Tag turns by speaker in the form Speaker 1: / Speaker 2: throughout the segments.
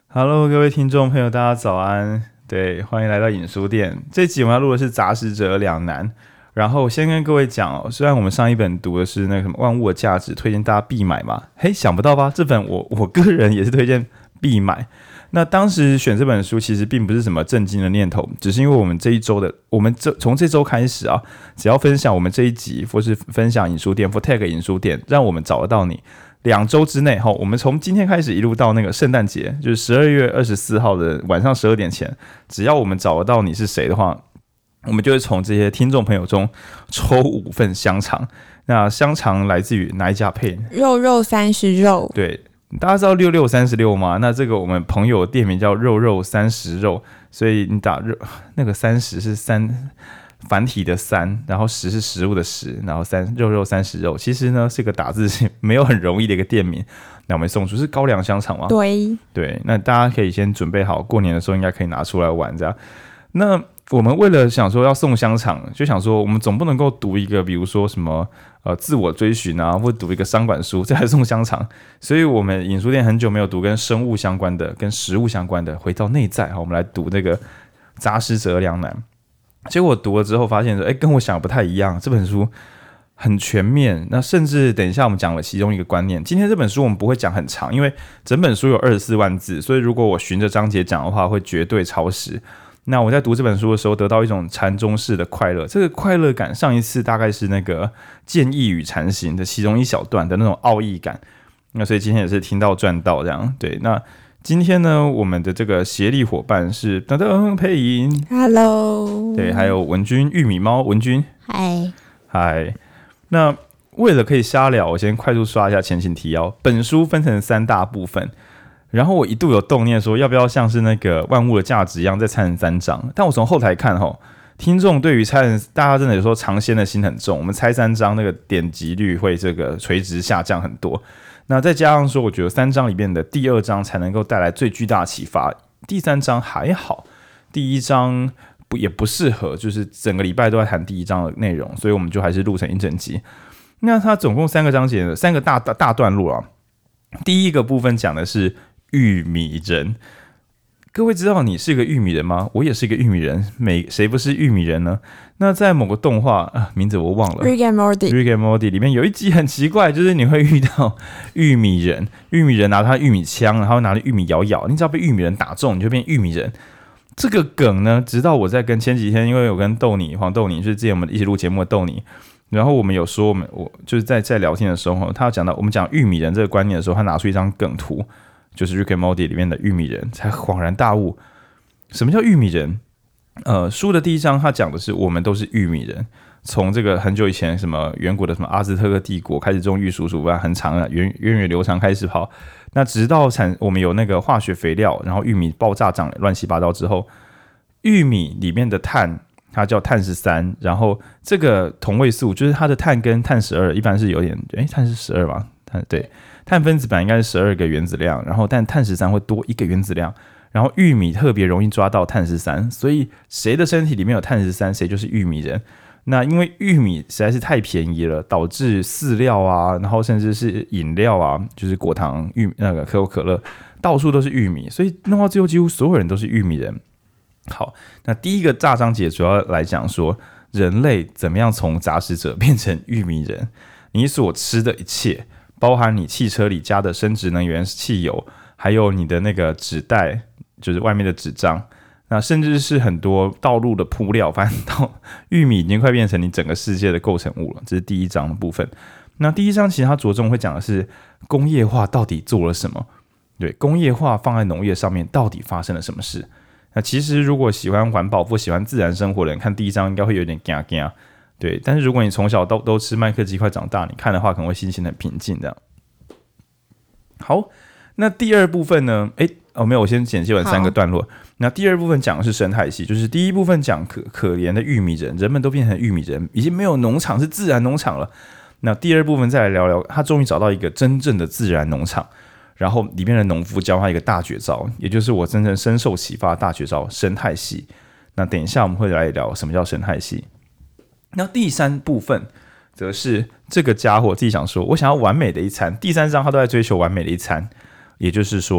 Speaker 1: Hello，各位听众朋友，大家早安。对，欢迎来到影书店。这集我们要录的是杂食者两难。然后先跟各位讲哦，虽然我们上一本读的是那个什么万物的价值，推荐大家必买嘛。嘿，想不到吧？这本我个人也是推荐必买。那当时选这本书其实并不是什么震惊的念头，只是因为我们这一周的，从这周开始啊，只要分享我们这一集，或是分享影书店，或 tag 影书店，让我们找得到你。2周之内，我们从今天开始一路到那个圣诞节，就是12月24号的晚上12点前，只要我们找得到你是谁的话，我们就会从这些听众朋友中抽5份香肠。那香肠来自于哪一家配？
Speaker 2: 肉肉30肉。
Speaker 1: 对，大家知道6636吗？那这个我们朋友的店名叫肉肉30肉，所以你打肉那个30是繁体的3，然后10是食物的10，然后肉肉30肉，其实呢是个打字没有很容易的一个店名。那我们送出是高粱香肠吗？对，那大家可以先准备好，过年的时候应该可以拿出来玩这样。那我们为了想说要送香肠，就想说我们总不能够读一个比如说什么自我追寻啊，或读一个商管书再来送香肠，所以我们影书店很久没有读跟生物相关的、跟食物相关的，回到内在，我们来读那个杂食者两难。结果我读了之后发现说，跟我想的不太一样，这本书很全面。那甚至等一下我们讲了其中一个观念。今天这本书我们不会讲很长，因为整本书有24万字，所以如果我循着章节讲的话，会绝对超时。那我在读这本书的时候，得到一种禅宗式的快乐。这个快乐感，上一次大概是那个剑意与禅行的其中一小段的那种奥义感。那所以今天也是听到赚到这样。对，那今天呢，我们的这个协力伙伴是等等配音
Speaker 2: ，Hello，
Speaker 1: 对，还有文君玉米猫文君，嗨。那为了可以瞎聊，我先快速刷一下前情提要。本书分成3大部分，然后我一度有动念说，要不要像是那个万物的价值一样再拆成3章？但我从后台看听众对于拆成，大家真的有时候尝鲜的心很重，我们拆3章那个点击率会这个垂直下降很多。那再加上说，我觉得3章里面的第2章才能够带来最巨大的启发，第3章还好，第1章也不适合，就是整个礼拜都在谈第1章的内容，所以我们就还是录成一整集。那它总共3个章节，3个大段落啊。第一个部分讲的是玉米人。各位知道你是个玉米人吗？我也是一个玉米人，谁不是玉米人呢？那在某个动画名字我忘了
Speaker 2: Rick and Morty
Speaker 1: 里面有一集很奇怪，就是你会遇到玉米人拿他玉米枪，然后拿着玉米咬，你只要被玉米人打中，你就变玉米人。这个梗呢，直到我在跟前几天，因为有跟黄豆泥，就是之前我们一起录节目的豆泥，然后我们有说我就是在聊天的时候，他讲到我们讲玉米人这个观念的时候，他拿出一张梗图，就是 Rick and Morty 里面的玉米人，才恍然大悟，什么叫玉米人？书的第1章他讲的是我们都是玉米人，从这个很久以前什么远古的什么阿兹特克帝国开始种玉蜀黍，很长的源远流长开始跑，那直到我们有那个化学肥料，然后玉米爆炸长乱七八糟之后，玉米里面的碳它叫碳13，然后这个同位素就是它的碳跟碳12一般是有点碳是12吧？对，碳分子本来应该是12个原子量，然后但碳13会多1个原子量。然后玉米特别容易抓到碳13，所以谁的身体里面有碳13，谁就是玉米人。那因为玉米实在是太便宜了，导致饲料啊，然后甚至是饮料啊，就是果糖、那个可口可乐，到处都是玉米，所以弄到最后几乎所有人都是玉米人。好，那第一个大章节主要来讲说人类怎么样从杂食者变成玉米人。你所吃的一切，包含你汽车里加的生质能源汽油，还有你的那个纸袋，就是外面的纸张，那甚至是很多道路的铺料，反正到玉米已经快变成你整个世界的构成物了。这是第1章的部分。那第1章其实它着重会讲的是工业化到底做了什么，对，工业化放在农业上面到底发生了什么事。那其实如果喜欢环保或喜欢自然生活的人，看第1章应该会有点怕怕，对。但是如果你从小都吃麦克鸡块长大，你看的话可能会心情很平静这样。好，那第2部分呢？没有，我先简介完3个段落。那第2部分讲的是生态系，就是第1部分讲可怜的玉米人，人们都变成玉米人，已经没有农场是自然农场了。那第2部分再来聊聊，他终于找到一个真正的自然农场，然后里面的农夫教他一个大绝招，也就是我真正深受启发的大绝招——生态系。那等一下我们会来聊什么叫生态系。那第3部分则是这个家伙自己想说，我想要完美的一餐。第3章他都在追求完美的一餐，也就是说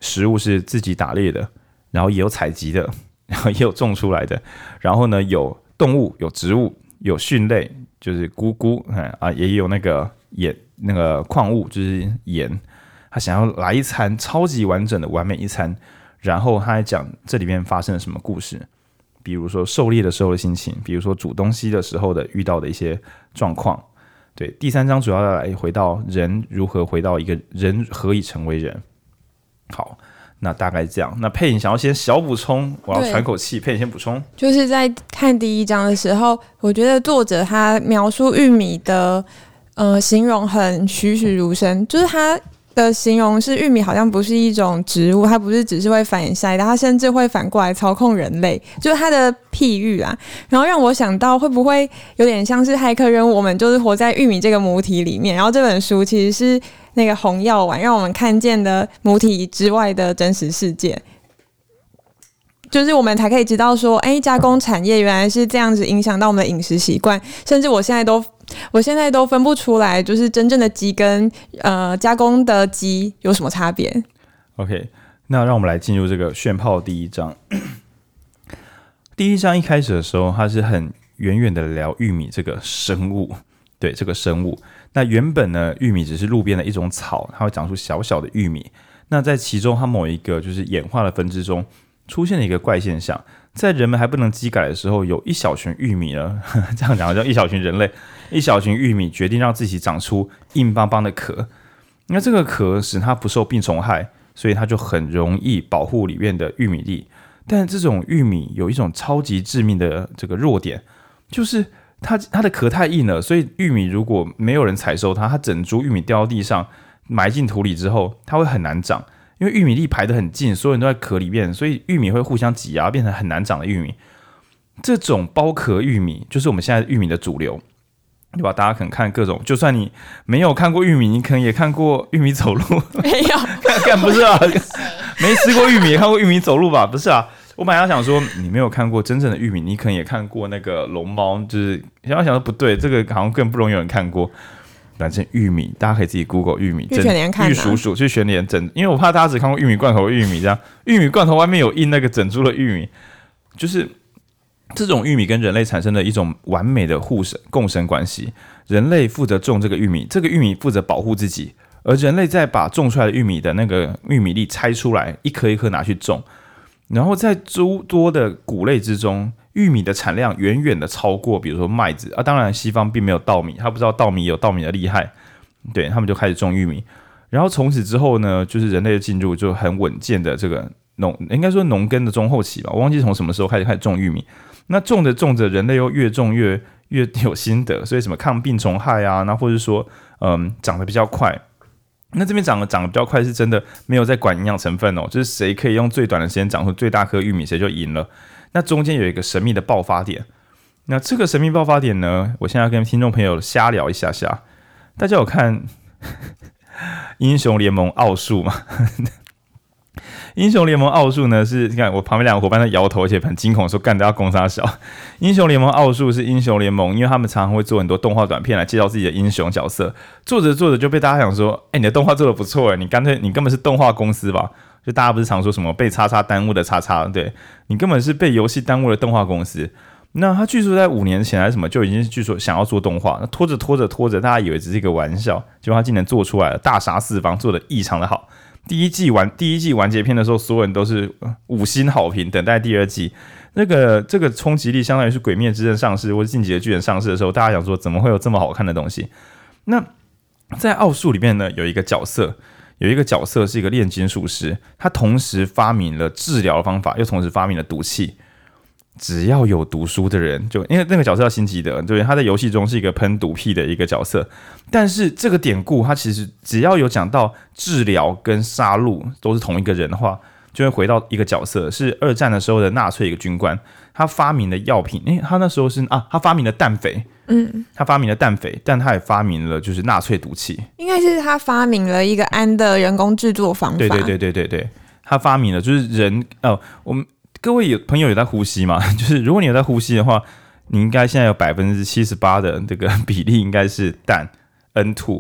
Speaker 1: 食物是自己打猎的，然后也有采集的，然后也有种出来的，然后呢有动物、有植物、有蕈类，就是菇菇也有那个矿物，就是盐。他想要来一餐超级完整的完美一餐，然后他还讲这里面发生了什么故事，比如说狩猎的时候的心情，比如说煮东西的时候的遇到的一些状况。对，第3章主要要来回到人如何回到一个人何以成为人。好，那大概这样。那佩颖想要先小补充，我要喘口气。佩颖先补充，
Speaker 2: 就是在看第1章的时候，我觉得作者他描述玉米的形容很栩栩如生，就是他的形容是玉米好像不是一种植物，它不是只是会繁衍下一代，它甚至会反过来操控人类，就是它的譬喻啊。然后让我想到会不会有点像是骇客任务，我们就是活在玉米这个母体里面，然后这本书其实是那个红药丸，让我们看见的母体之外的真实世界，就是我们才可以知道说，加工产业原来是这样子影响到我们的饮食习惯，甚至我现在都分不出来，就是真正的鸡跟加工的鸡有什么差别。
Speaker 1: OK， 那让我们来进入这个炫炮第1章。第1章一开始的时候，它是很远远的聊玉米这个生物，对这个生物。那原本呢，玉米只是路边的一种草，它会长出小小的玉米。那在其中，它某一个就是演化的分支中，出现了一个怪现象。在人们还不能机改的时候，有一小群玉米呢，这样讲叫一小群人类，一小群玉米决定让自己长出硬邦邦的壳。那这个壳使它不受病虫害，所以它就很容易保护里面的玉米粒。但这种玉米有一种超级致命的这个弱点，就是它的壳太硬了，所以玉米如果没有人采收它整株玉米掉到地上，埋进土里之后，它会很难长。因为玉米粒排得很近，所有人都在壳里面，所以玉米会互相挤压，变成很难长的玉米。这种包壳玉米就是我们现在玉米的主流，对吧？大家可能看各种，就算你没有看过玉米，你可能也看过玉米走路。
Speaker 2: 没有，
Speaker 1: 干不是啊？没吃过玉米，也看过玉米走路吧？不是啊。我本来要想说，你没有看过真正的玉米，你可能也看过那个龙猫，就是想说不对，这个好像更不容易有人看过。反正玉米，大家可以自己 Google 玉米，
Speaker 2: 去全联看，
Speaker 1: 玉蜀黍去全联整，因为我怕大家只看过玉米罐头的玉米，这样玉米罐头外面有印那个整株的玉米，就是这种玉米跟人类产生了一种完美的共生关系。人类负责种这个玉米，这个玉米负责保护自己，而人类再把种出来的玉米的那个玉米粒拆出来，一颗一颗拿去种，然后在诸多的谷类之中，玉米的产量远远的超过比如说麦子啊。当然西方并没有稻米，他不知道稻米有稻米的厉害，对，他们就开始种玉米。然后从此之后呢，就是人类的进入就很稳健的这个应该说农耕的中后期吧，我忘记从什么时候开始种玉米。那种着种着，人类又越种越有心得，所以什么抗病虫害啊，那或者说长得比较快。那这边长得比较快是真的没有在管营养成分哦，就是谁可以用最短的时间长出最大颗玉米，谁就赢了。那中间有一个神秘的爆发点，那这个神秘爆发点呢，我现在要跟听众朋友瞎聊一下下。大家有看英雄联盟奥数吗？英雄联盟奥数呢是，你看我旁边两个伙伴在摇头，而且很惊恐说干的要攻杀小。英雄联盟奥数是英雄联盟，因为他们常常会做很多动画短片来介绍自己的英雄角色，做着做着就被大家想说，你的动画做得不错，你根本是动画公司吧？就大家不是常说什么被叉叉耽误的叉叉，对，你根本是被游戏耽误的动画公司。那他据说在5年前还是什么就已经据说想要做动画，那拖着，大家以为只是一个玩笑，结果他竟然做出来了，大杀四方，做得异常的好。第一季完结篇的时候，所有人都是5星好评，等待第2季。这个冲击力相当于是《鬼灭之刃》上市或者《进击的巨人》上市的时候，大家想说怎么会有这么好看的东西？那在奥数里面呢，有一个角色是一个炼金术师，他同时发明了治疗的方法，又同时发明了毒气。只要有读书的人，就因为那个角色叫辛吉德，对，他在游戏中是一个喷毒屁的一个角色。但是这个典故，他其实只要有讲到治疗跟杀戮都是同一个人的话，就会回到一个角色，是2战的时候的纳粹一个军官，他发明的药品，他那时候是他发明了氮肥，他发明了氮肥，但他也发明了就是纳粹毒气，
Speaker 2: 应该是他发明了一个氨的人工制作方法。
Speaker 1: 对，他发明了就是我们。各位朋友有在呼吸吗？就是如果你有在呼吸的话，你应该现在有78%的这个比例应该是氮 N2。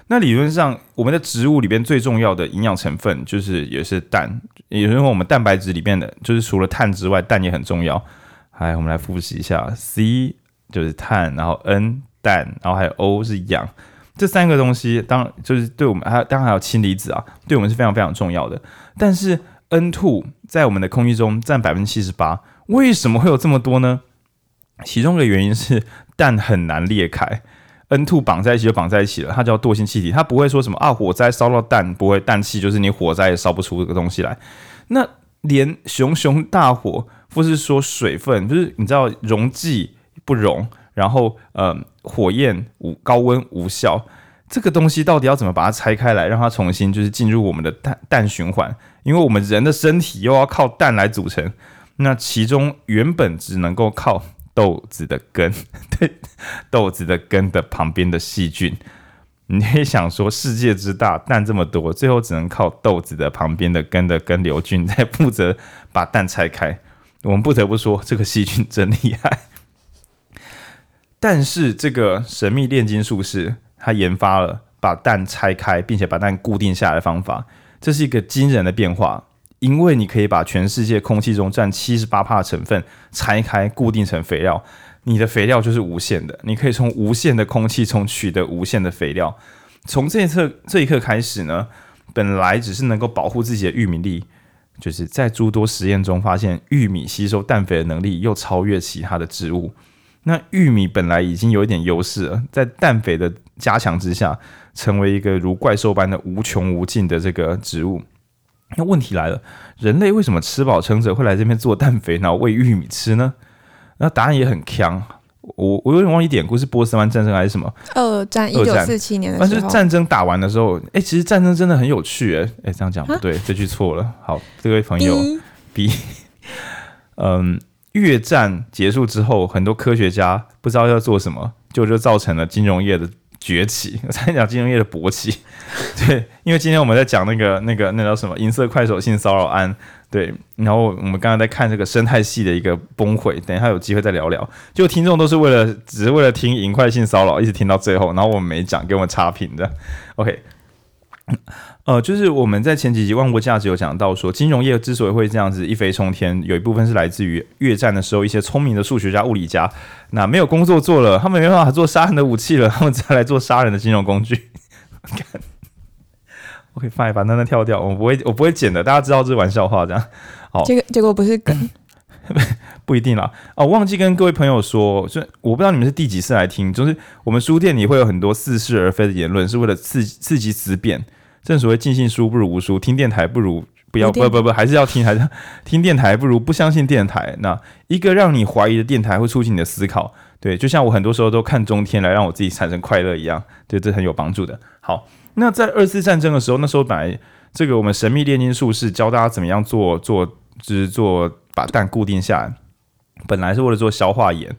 Speaker 1: 那理论上，我们的植物里边最重要的营养成分就是也是氮，也就是说我们蛋白质里面的，就是除了碳之外，氮也很重要。来，我们来复习一下 ，C 就是碳，然后 N 氮，然后还有 O 是氧。这三个东西，当然就是对我们，当然还有氢离子啊，对我们是非常非常重要的。但是 N2 在我们的空气中占78%，为什么会有这么多呢？其中的原因是氮很难裂开。N2 绑在一起就绑在一起了，它叫惰性气体，它不会说什么火灾烧到氮，不会，氮气就是你火灾也烧不出这个东西来。那连熊熊大火，或是说水分，就是你知道溶剂不溶，然后火焰高温无效，这个东西到底要怎么把它拆开来，让它重新就是进入我们的氮循环？因为我们人的身体又要靠氮来组成，那其中原本只能够靠豆子的根，对，豆子的根的旁边的细菌。你可以想说，世界之大，氮这么多，最后只能靠豆子的旁边的根的根瘤菌在负责把氮拆开。我们不得不说，这个细菌真厉害。但是这个神秘炼金术士，他研发了把氮拆开，并且把氮固定下来的方法，这是一个惊人的变化。因为你可以把全世界空气中占78%的成分拆开固定成肥料，你的肥料就是无限的，你可以从无限的空气中取得无限的肥料。从这一刻开始呢，本来只是能够保护自己的玉米粒，就是在诸多实验中发现玉米吸收氮肥的能力又超越其他的植物。那玉米本来已经有一点优势了，在氮肥的加强之下，成为一个如怪兽般的无穷无尽的这个植物。那问题来了，人类为什么吃饱撑着会来这边做氮肥，然后喂玉米吃呢？那答案也很强，我有点忘记典故，是波斯湾战争还是什么？
Speaker 2: 二战1947年的时候，
Speaker 1: 但是战争打完的时候，其实战争真的很有趣，这样讲不对，这句错了。好，这位朋友 B， 越战结束之后，很多科学家不知道要做什么，就造成了金融业的崛起。我才讲金融业的勃起，对，因为今天我们在讲那叫什么银色快手性骚扰案，对，然后我们刚刚在看这个生态系的一个崩溃，等一下有机会再聊聊。就听众都是只是为了听银块性骚扰，一直听到最后，然后我们没讲，给我们差评的。OK，就是我们在前几集万国价值有讲到说，金融业之所以会这样子一飞冲天，有一部分是来自于越战的时候一些聪明的数学家、物理家，那没有工作做了，他们没办法做杀人的武器了，他们再来做杀人的金融工具。OK， fine， 把那跳掉，我不会剪的，大家知道这是玩笑话，这样。好，
Speaker 2: 结果不是梗，
Speaker 1: 不一定啦。我忘记跟各位朋友说，就我不知道你们是第几次来听，就是我们书店里会有很多似是而非的言论，是为了刺激思辨。正所谓尽信书不如无书，听电台不如还是要听，还是听电台不如不相信电台。那一个让你怀疑的电台会促进你的思考，对，就像我很多时候都看中天来让我自己产生快乐一样，对，这很有帮助的。好，那在二次战争的时候，那时候本来这个我们神秘炼金术士教大家怎么样就是把氮固定下来，本来是为了做硝酸盐，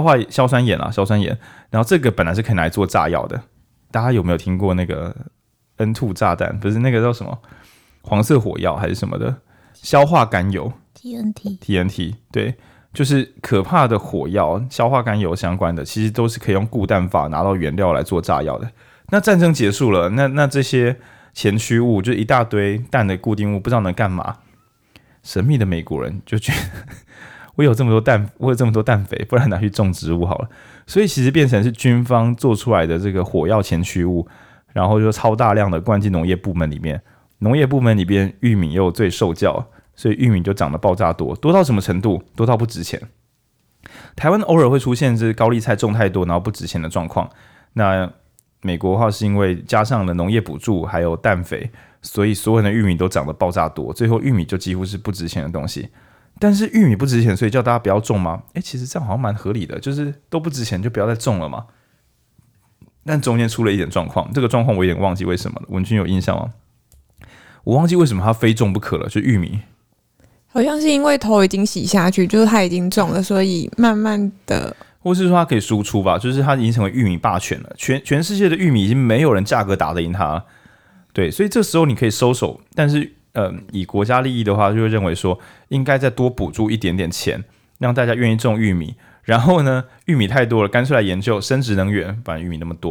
Speaker 1: 然后这个本来是可以拿来做炸药的。大家有没有听过那个N2 炸弹？不是那个叫什么黄色火药还是什么的硝化甘油 TNT， 对，就是可怕的火药，硝化甘油相关的，其实都是可以用固氮法拿到原料来做炸药的。那战争结束了，那这些前驱物就一大堆氮的固定物，不知道能干嘛。神秘的美国人就觉得我有这么多氮肥，不然拿去种植物好了。所以其实变成是军方做出来的这个火药前驱物，然后就超大量的灌进农业部门里面。农业部门里边玉米又最受教，所以玉米就长得爆炸多到什么程度？多到不值钱。台湾偶尔会出现这高丽菜种太多然后不值钱的状况。那美国的话是因为加上了农业补助还有氮肥，所以所有的玉米都长得爆炸多，最后玉米就几乎是不值钱的东西。但是玉米不值钱，所以叫大家不要种吗？其实这样好像蛮合理的，就是都不值钱就不要再种了嘛。但中间出了一点状况，这个状况我有点忘记为什么了，文君有印象吗？我忘记为什么它非种不可了，就玉米。
Speaker 2: 好像是因为头已经洗下去，就是它已经种了，所以慢慢的，
Speaker 1: 或是说它可以输出吧，就是它已经成为玉米霸权了，全世界的玉米已经没有人价格打得赢它，对，所以这时候你可以收手，但是以国家利益的话，就会认为说应该再多补助一点点钱，让大家愿意种玉米。然后呢，玉米太多了，干脆来研究生质能源，不然玉米那么多，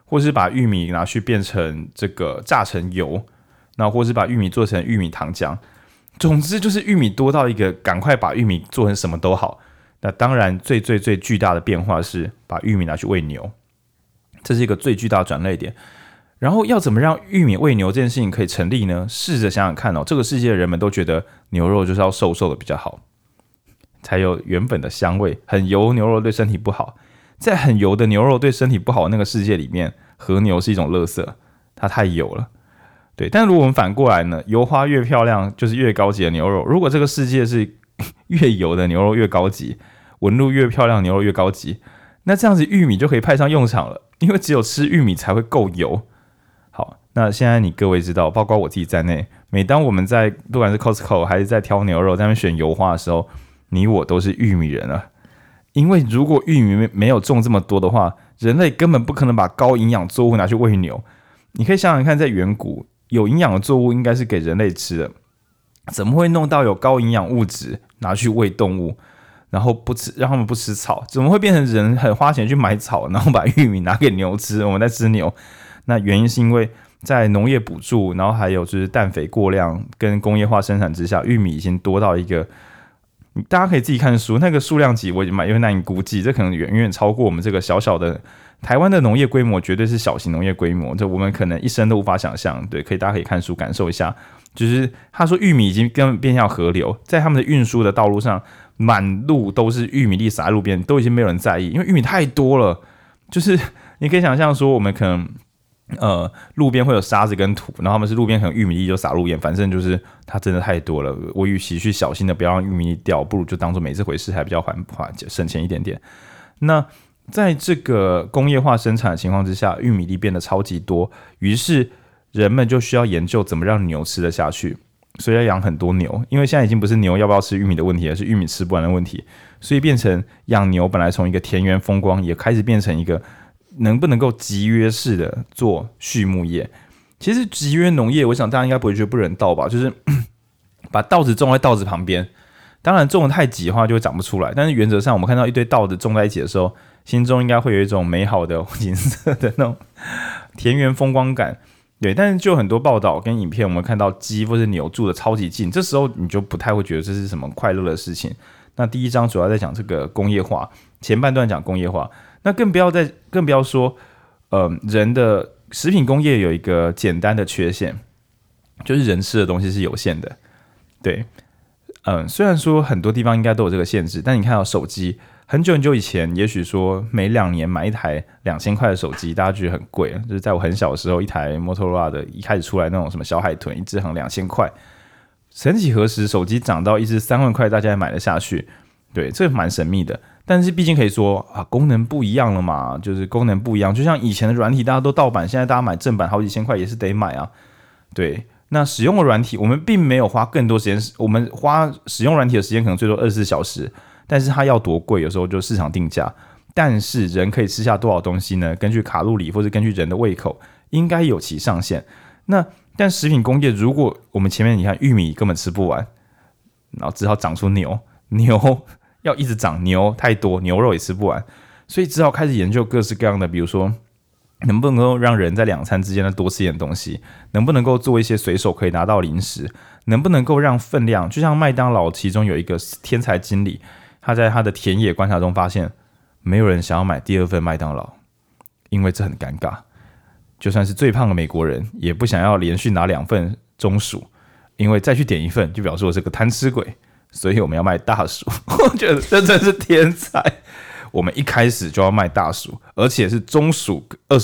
Speaker 1: 或是把玉米拿去变成这个榨成油，那或是把玉米做成玉米糖浆。总之就是玉米多到一个赶快把玉米做成什么都好。那当然最巨大的变化是把玉米拿去喂牛，这是一个最巨大的转捩点。然后要怎么让玉米喂牛这件事情可以成立呢？试着想想看这个世界的人们都觉得牛肉就是要瘦瘦的比较好，才有原本的香味。很油牛肉对身体不好，在很油的牛肉对身体不好的那个世界里面，和牛是一种垃圾，它太油了。对，但如果我们反过来呢，油花越漂亮就是越高级的牛肉。如果这个世界是越油的牛肉越高级，纹路越漂亮牛肉越高级，那这样子玉米就可以派上用场了，因为只有吃玉米才会够油。好，那现在你各位知道，包括我自己在内，每当我们在不管是 Costco 还是在挑牛肉在那边选油花的时候，你我都是玉米人了。因为如果玉米没有种这么多的话，人类根本不可能把高营养作物拿去喂牛。你可以想想看，在远古有营养的作物应该是给人类吃的，怎么会弄到有高营养物质拿去喂动物，然后不吃，让他们不吃草？怎么会变成人很花钱去买草，然后把玉米拿给牛吃，我们在吃牛？那原因是因为在农业补助，然后还有就是氮肥过量跟工业化生产之下，玉米已经多到一个，大家可以自己看书，那个数量级我有点难以估计，这可能远远超过我们这个小小的台湾的农业规模，绝对是小型农业规模，这我们可能一生都无法想象。对，大家可以看书感受一下。就是他说玉米已经根本变向河流，在他们的运输的道路上，满路都是玉米粒撒在路边，都已经没有人在意，因为玉米太多了。就是你可以想象说，我们可能路边会有沙子跟土，然后他们是路边可能玉米粒就撒路边，反正就是它真的太多了。我与其去小心的不要让玉米粒掉，不如就当做没这回事，还比较缓省钱一点点。那在这个工业化生产的情况之下，玉米粒变得超级多，于是人们就需要研究怎么让牛吃得下去，所以要养很多牛。因为现在已经不是牛要不要吃玉米的问题，而是玉米吃不完的问题，所以变成养牛本来从一个田园风光，也开始变成一个能不能够集约式的做畜牧业。其实集约农业，我想大家应该不会觉得不人道吧，就是把稻子种在稻子旁边，当然种得太挤的话就会长不出来，但是原则上我们看到一堆稻子种在一起的时候，心中应该会有一种美好的景色的那种田园风光感。对，但是就很多报道跟影片，我们看到鸡或是牛住的超级近，这时候你就不太会觉得这是什么快乐的事情。那第一章主要在讲这个工业化，前半段讲工业化，那更不要说，人的食品工业有一个简单的缺陷，就是人吃的东西是有限的。对，虽然说很多地方应该都有这个限制，但你看到手机，很久以前，也许说每2年买一台2000块的手机，大家觉得很贵。就是在我很小的时候，一台 Motorola 的一开始出来那种什么小海豚，一支行2000块。曾几何时，手机涨到一支3万块，大家也买得下去。对，这蛮神秘的。但是毕竟可以说啊，功能不一样了嘛，就是功能不一样。就像以前的软体大家都盗版，现在大家买正版好几千块也是得买啊。对，那使用的软体，我们并没有花更多时间，我们花使用软体的时间可能最多24小时。但是它要多贵，有时候就市场定价。但是人可以吃下多少东西呢？根据卡路里或者根据人的胃口，应该有其上限。但食品工业，如果我们前面你看玉米根本吃不完，然后只好长出牛要一直长，牛太多，牛肉也吃不完，所以只好开始研究各式各样的，比如说能不能够让人在2餐之间呢多吃一点东西，能不能够做一些随手可以拿到零食，能不能够让分量，就像麦当劳其中有一个天才经理。他在他的田野观察中发现，没有人想要买第2份麦当劳，因为这很尴尬。就算是最胖的美国人，也不想要连续拿2份中薯，因为再去点1份就表示我是个贪吃鬼。所以我们要卖大薯，我觉得这真是天才。我们一开始就要卖大薯，而且是中薯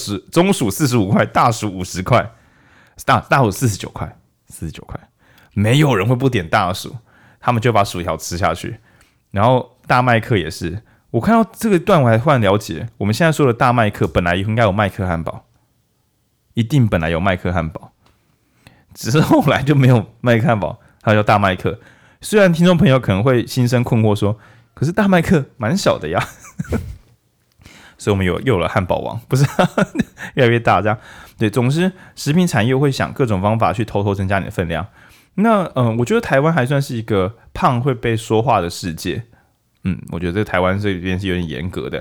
Speaker 1: 45块，大薯50块，大薯49块，没有人会不点大薯，他们就把薯条吃下去。然后大麦克也是，我看到这个段我还忽然了解，我们现在说的大麦克本来应该有麦克汉堡，一定本来有麦克汉堡，只是后来就没有麦克汉堡，它叫大麦克。虽然听众朋友可能会心生困惑说，可是大麦克蛮小的呀，所以我们又有了汉堡王，不是越来越大这样。对，总之食品产业会想各种方法去偷偷增加你的分量。那我觉得台湾还算是一个胖会被说话的世界。我觉得这个台湾这边是有点严格的。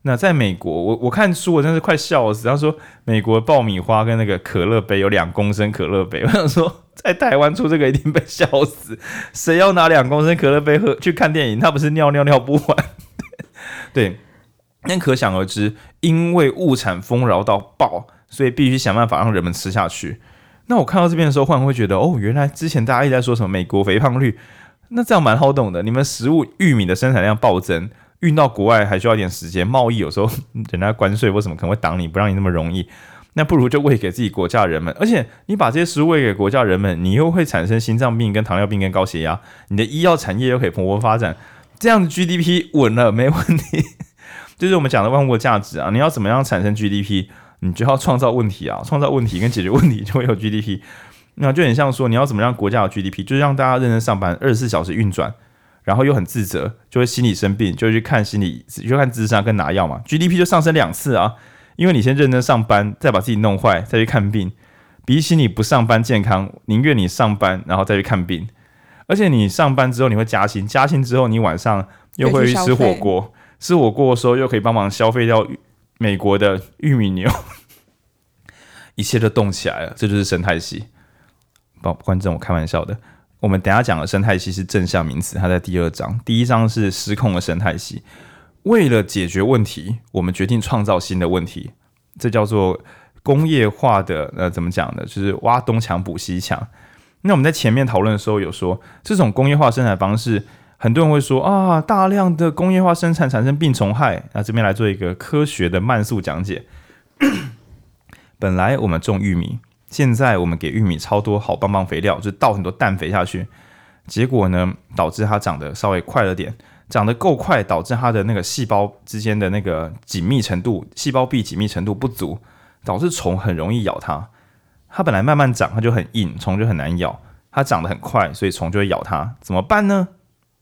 Speaker 1: 那在美国，我看书我真是快笑死。他说美国爆米花跟那个可乐杯有2公升可乐杯，我想说在台湾出这个一定被笑死。谁要拿2公升可乐杯喝去看电影？他不是尿不完。对，那可想而知，因为物产丰饶到爆，所以必须想办法让人们吃下去。那我看到这边的时候，忽然会觉得，原来之前大家一直在说什么美国肥胖率，那这样蛮好懂的。你们食物玉米的生产量暴增，运到国外还需要一点时间，贸易有时候人家关税或什么可能会挡你，不让你那么容易。那不如就喂给自己国家的人们，而且你把这些食物喂给国家的人们，你又会产生心脏病、跟糖尿病、跟高血压，你的医药产业又可以蓬勃发展，这样的 GDP 稳了，没问题。就是我们讲的万物的价值啊，你要怎么样产生 GDP， 你就要创造问题啊，创造问题跟解决问题就会有 GDP。那就很像说，你要怎么让国家有 GDP， 就是让大家认真上班，24小时运转，然后又很自责，就会心理生病，就会去看心理，就看諮商跟拿药嘛 ，GDP 就上升2次啊。因为你先认真上班，再把自己弄坏，再去看病，比起你不上班健康，宁愿你上班然后再去看病。而且你上班之后你会加薪，加薪之后你晚上又会去吃火锅，吃火锅的时候又可以帮忙消费掉美国的玉米牛，一切都动起来了，这就是生态系。观众，我开玩笑的。我们等一下讲的生态系是正向名词，它在第2章，第1章是失控的生态系。为了解决问题，我们决定创造新的问题，这叫做工业化的怎么讲呢？就是挖东墙补西墙。那我们在前面讨论的时候有说，这种工业化生产方式，很多人会说啊，大量的工业化生产产生病虫害。那这边来做一个科学的慢速讲解。本来我们种玉米，现在我们给玉米超多好棒棒肥料，就是倒很多氮肥下去，结果呢，导致它长得稍微快了点。长得够快，导致它的那个细胞之间的那个紧密程度，细胞壁紧密程度不足，导致虫很容易咬它。它本来慢慢长，它就很硬，虫就很难咬。它长得很快，所以虫就会咬它。怎么办呢？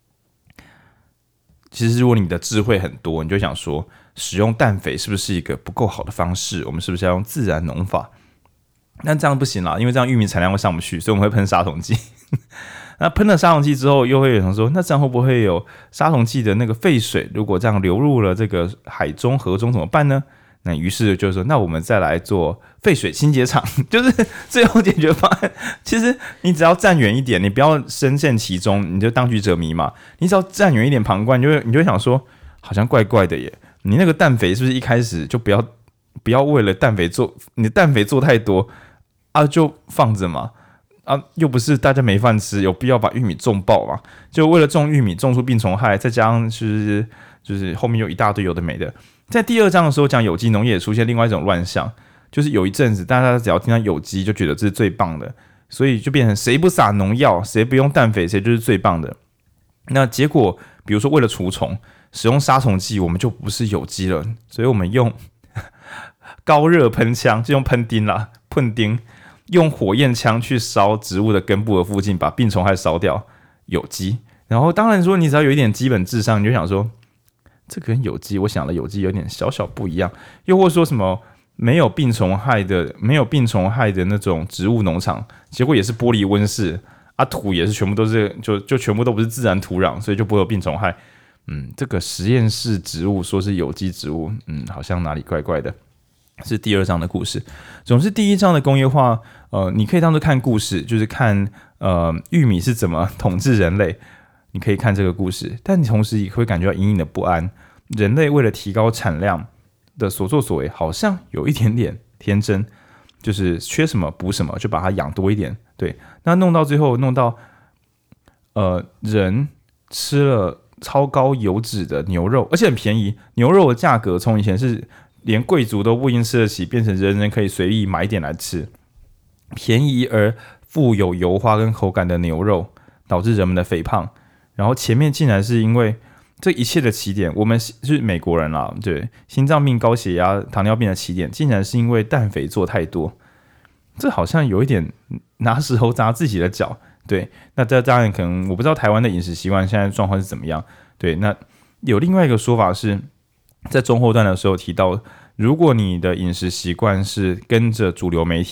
Speaker 1: 其实如果你的智慧很多，你就想说，使用氮肥是不是一个不够好的方式？我们是不是要用自然农法？但这样不行啦，因为这样玉米产量会上不去，所以我们会喷杀虫剂。那喷了杀虫剂之后，又会有人说，那这样会不会有杀虫剂的那个废水？如果这样流入了这个海中、河中怎么办呢？那于是就是说，那我们再来做废水清洁厂，就是最后解决方案。其实你只要站远一点，你不要深陷其中，你就当局者迷嘛。你只要站远一点旁观，你就会想说，好像怪怪的耶。你那个氮肥是不是一开始就不要为了氮肥做，你的氮肥做太多啊，就放着嘛。啊，又不是大家没饭吃，有必要把玉米种爆嘛？就为了种玉米种出病虫害，再加上就是后面有一大堆有的没的。在第2章的时候讲有机农业也出现另外一种乱象，就是有一阵子大家只要听到有机就觉得这是最棒的，所以就变成谁不撒农药，谁不用氮肥，谁就是最棒的。那结果比如说为了除虫，使用杀虫剂，我们就不是有机了，所以我们用高热喷枪，就用喷钉。用火焰枪去烧植物的根部的附近，把病虫害烧掉，有机。然后当然说，你只要有一点基本智商，你就想说，这跟有机，我想的有机有点小小不一样。又或者说什么没有病虫害的那种植物农场，结果也是玻璃温室啊，土也是全部都是就全部都不是自然土壤，所以就不会有病虫害。这个实验室植物说是有机植物，好像哪里怪怪的。是第2章的故事。总之第1章的工业化，你可以当作看故事，就是看玉米是怎么统治人类，你可以看这个故事，但你同时也会感觉到隐隐的不安。人类为了提高产量的所作所为，好像有一点点天真，就是缺什么补什么，就把它养多一点。对，那弄到最后，弄到人吃了超高油脂的牛肉，而且很便宜。牛肉的价格从以前是连贵族都不一定吃得起，变成人人可以随意买一点来吃，便宜而富有油花跟口感的牛肉，导致人们的肥胖。然后前面竟然是因为这一切的起点，我们是美国人啦，对，心脏病、高血压、糖尿病的起点，竟然是因为氮肥做太多，这好像有一点拿石头砸自己的脚。对，那这当然可能我不知道台湾的饮食习惯现在状况是怎么样。对，那有另外一个说法是，在中后段的时候提到，如果你的饮食习惯是跟着主流媒体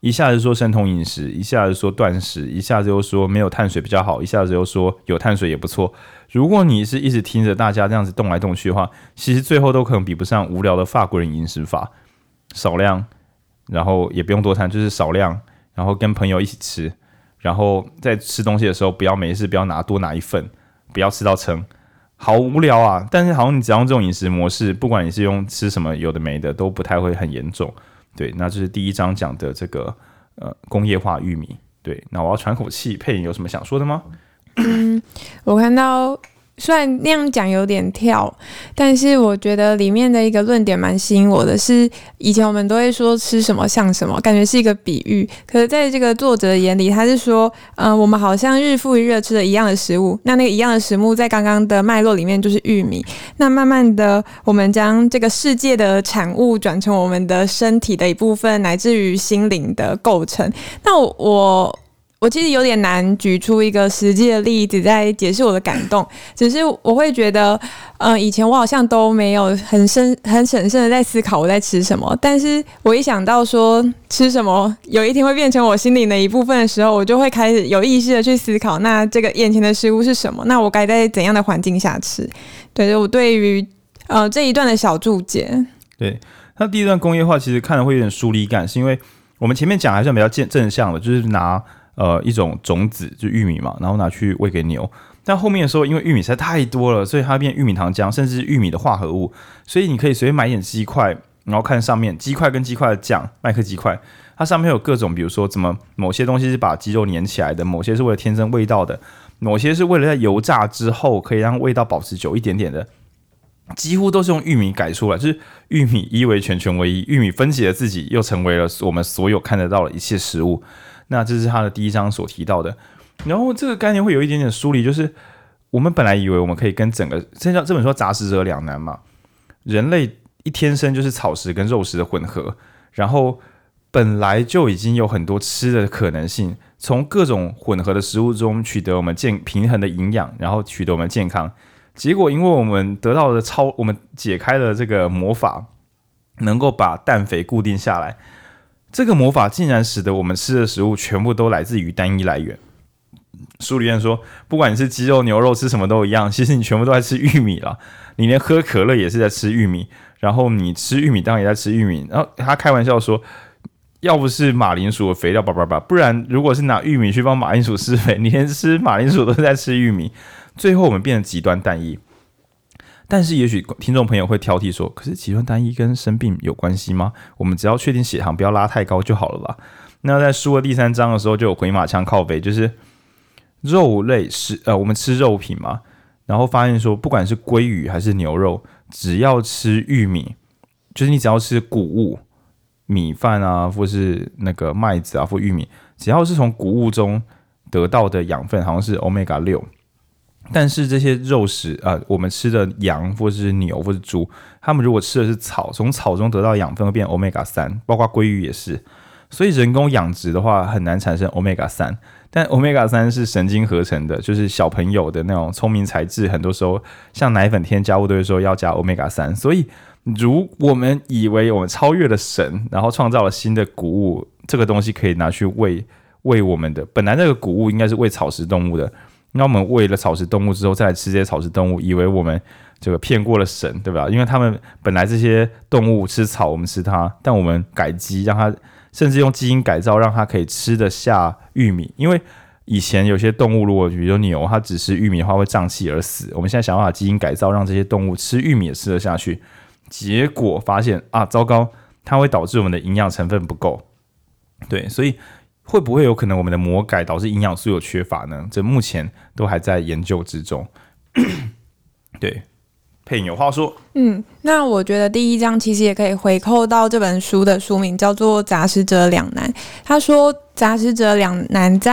Speaker 1: 一下子说生酮饮食，一下子说断食，一下子又说没有碳水比较好，一下子又说有碳水也不错。如果你是一直听着大家这样子动来动去的话，其实最后都可能比不上无聊的法国人饮食法，少量，然后也不用多餐，就是少量，然后跟朋友一起吃，然后在吃东西的时候不要没事不要多拿一份，不要吃到撑，好无聊啊！但是好像你只要用这种饮食模式，不管你是用吃什么有的没的，都不太会很严重。对，那这是第一章讲的这个工业化玉米。对，那我要喘口气，佩颖有什么想说的吗？
Speaker 2: 我看到虽然那样讲有点跳，但是我觉得里面的一个论点蛮吸引我的是，以前我们都会说吃什么像什么，感觉是一个比喻。可是在这个作者的眼里，他是说，我们好像日复一日吃的一样的食物，那个一样的食物在刚刚的脉络里面就是玉米。那慢慢的，我们将这个世界的产物转成我们的身体的一部分，乃至于心灵的构成。那我其实有点难举出一个实际的例子在解释我的感动，只是我会觉得，以前我好像都没有很审慎的在思考我在吃什么，但是我一想到说吃什么有一天会变成我心灵的一部分的时候，我就会开始有意识的去思考，那这个眼前的食物是什么？那我该在怎样的环境下吃？对，我对于这一段的小注解，
Speaker 1: 对，那第一段工业化其实看了会有点疏离感，是因为我们前面讲还算比较正向的，就是拿一种种子，就玉米嘛，然后拿去喂给牛。但后面的时候，因为玉米实在太多了，所以它变玉米糖浆，甚至是玉米的化合物。所以你可以随便买一点鸡块，然后看上面鸡块跟鸡块的酱，麦克鸡块，它上面有各种，比如说怎么某些东西是把鸡肉粘起来的，某些是为了天生味道的，某些是为了在油炸之后可以让味道保持久一点点的。几乎都是用玉米改出来，就是玉米一为全，全为一，玉米分解了自己，又成为了我们所有看得到的一切食物。那这是他的第一章所提到的，然后这个概念会有一点点疏离，就是我们本来以为我们可以跟整个这本书杂食者两难嘛，人类一天生就是草食跟肉食的混合，然后本来就已经有很多吃的可能性，从各种混合的食物中取得我们平衡的营养，然后取得我们健康。结果因为我们得到的我们解开了这个魔法，能够把氮肥固定下来。这个魔法竟然使得我们吃的食物全部都来自于单一来源。书里面说，不管你是鸡肉、牛肉，吃什么都一样，其实你全部都在吃玉米啦。你连喝可乐也是在吃玉米，然后你吃玉米当然也在吃玉米。然后他开玩笑说，要不是马铃薯的肥料不然如果是拿玉米去帮马铃薯施肥，你连吃马铃薯都是在吃玉米。最后我们变成极端单一。但是也许听众朋友会挑剔说，可是极端单一跟生病有关系吗？我们只要确定血糖不要拉太高就好了吧。那在书的第3章的时候就有回马枪靠背，就是肉类我们吃肉品嘛，然后发现说不管是鲑鱼还是牛肉，只要吃玉米，就是你只要吃谷物，米饭啊，或是那个麦子啊，或玉米，只要是从谷物中得到的养分，好像是 Omega 6。但是这些肉食我们吃的羊或是牛或是猪，他们如果吃的是草，从草中得到养分会变 Omega 3，包括鲑鱼也是。所以人工养殖的话很难产生 Omega 3，但 Omega 3是神经合成的，就是小朋友的那种聪明才智，很多时候像奶粉添加物都会说要加 Omega 3。所以如我们以为我们超越了神，然后创造了新的谷物，这个东西可以拿去喂我们的，本来那个谷物应该是喂草食动物的。那我们喂了草食动物之后再来吃这些草食动物，以为我们这个骗过了神，对吧？因为他们本来这些动物吃草，我们吃它，但我们改基，让它甚至用基因改造，让它可以吃得下玉米。因为以前有些动物，如果比如说牛，它只吃玉米的话会胀气而死。我们现在想办法基因改造，让这些动物吃玉米也吃得下去。结果发现糟糕，它会导致我们的营养成分不够。对，所以会不会有可能我们的魔改导致营养素有缺乏呢？这目前都还在研究之中。对，佩颖有话说。
Speaker 2: 那我觉得第一章其实也可以回扣到这本书的书名，叫做《杂食者两难》。他说，杂食者两难在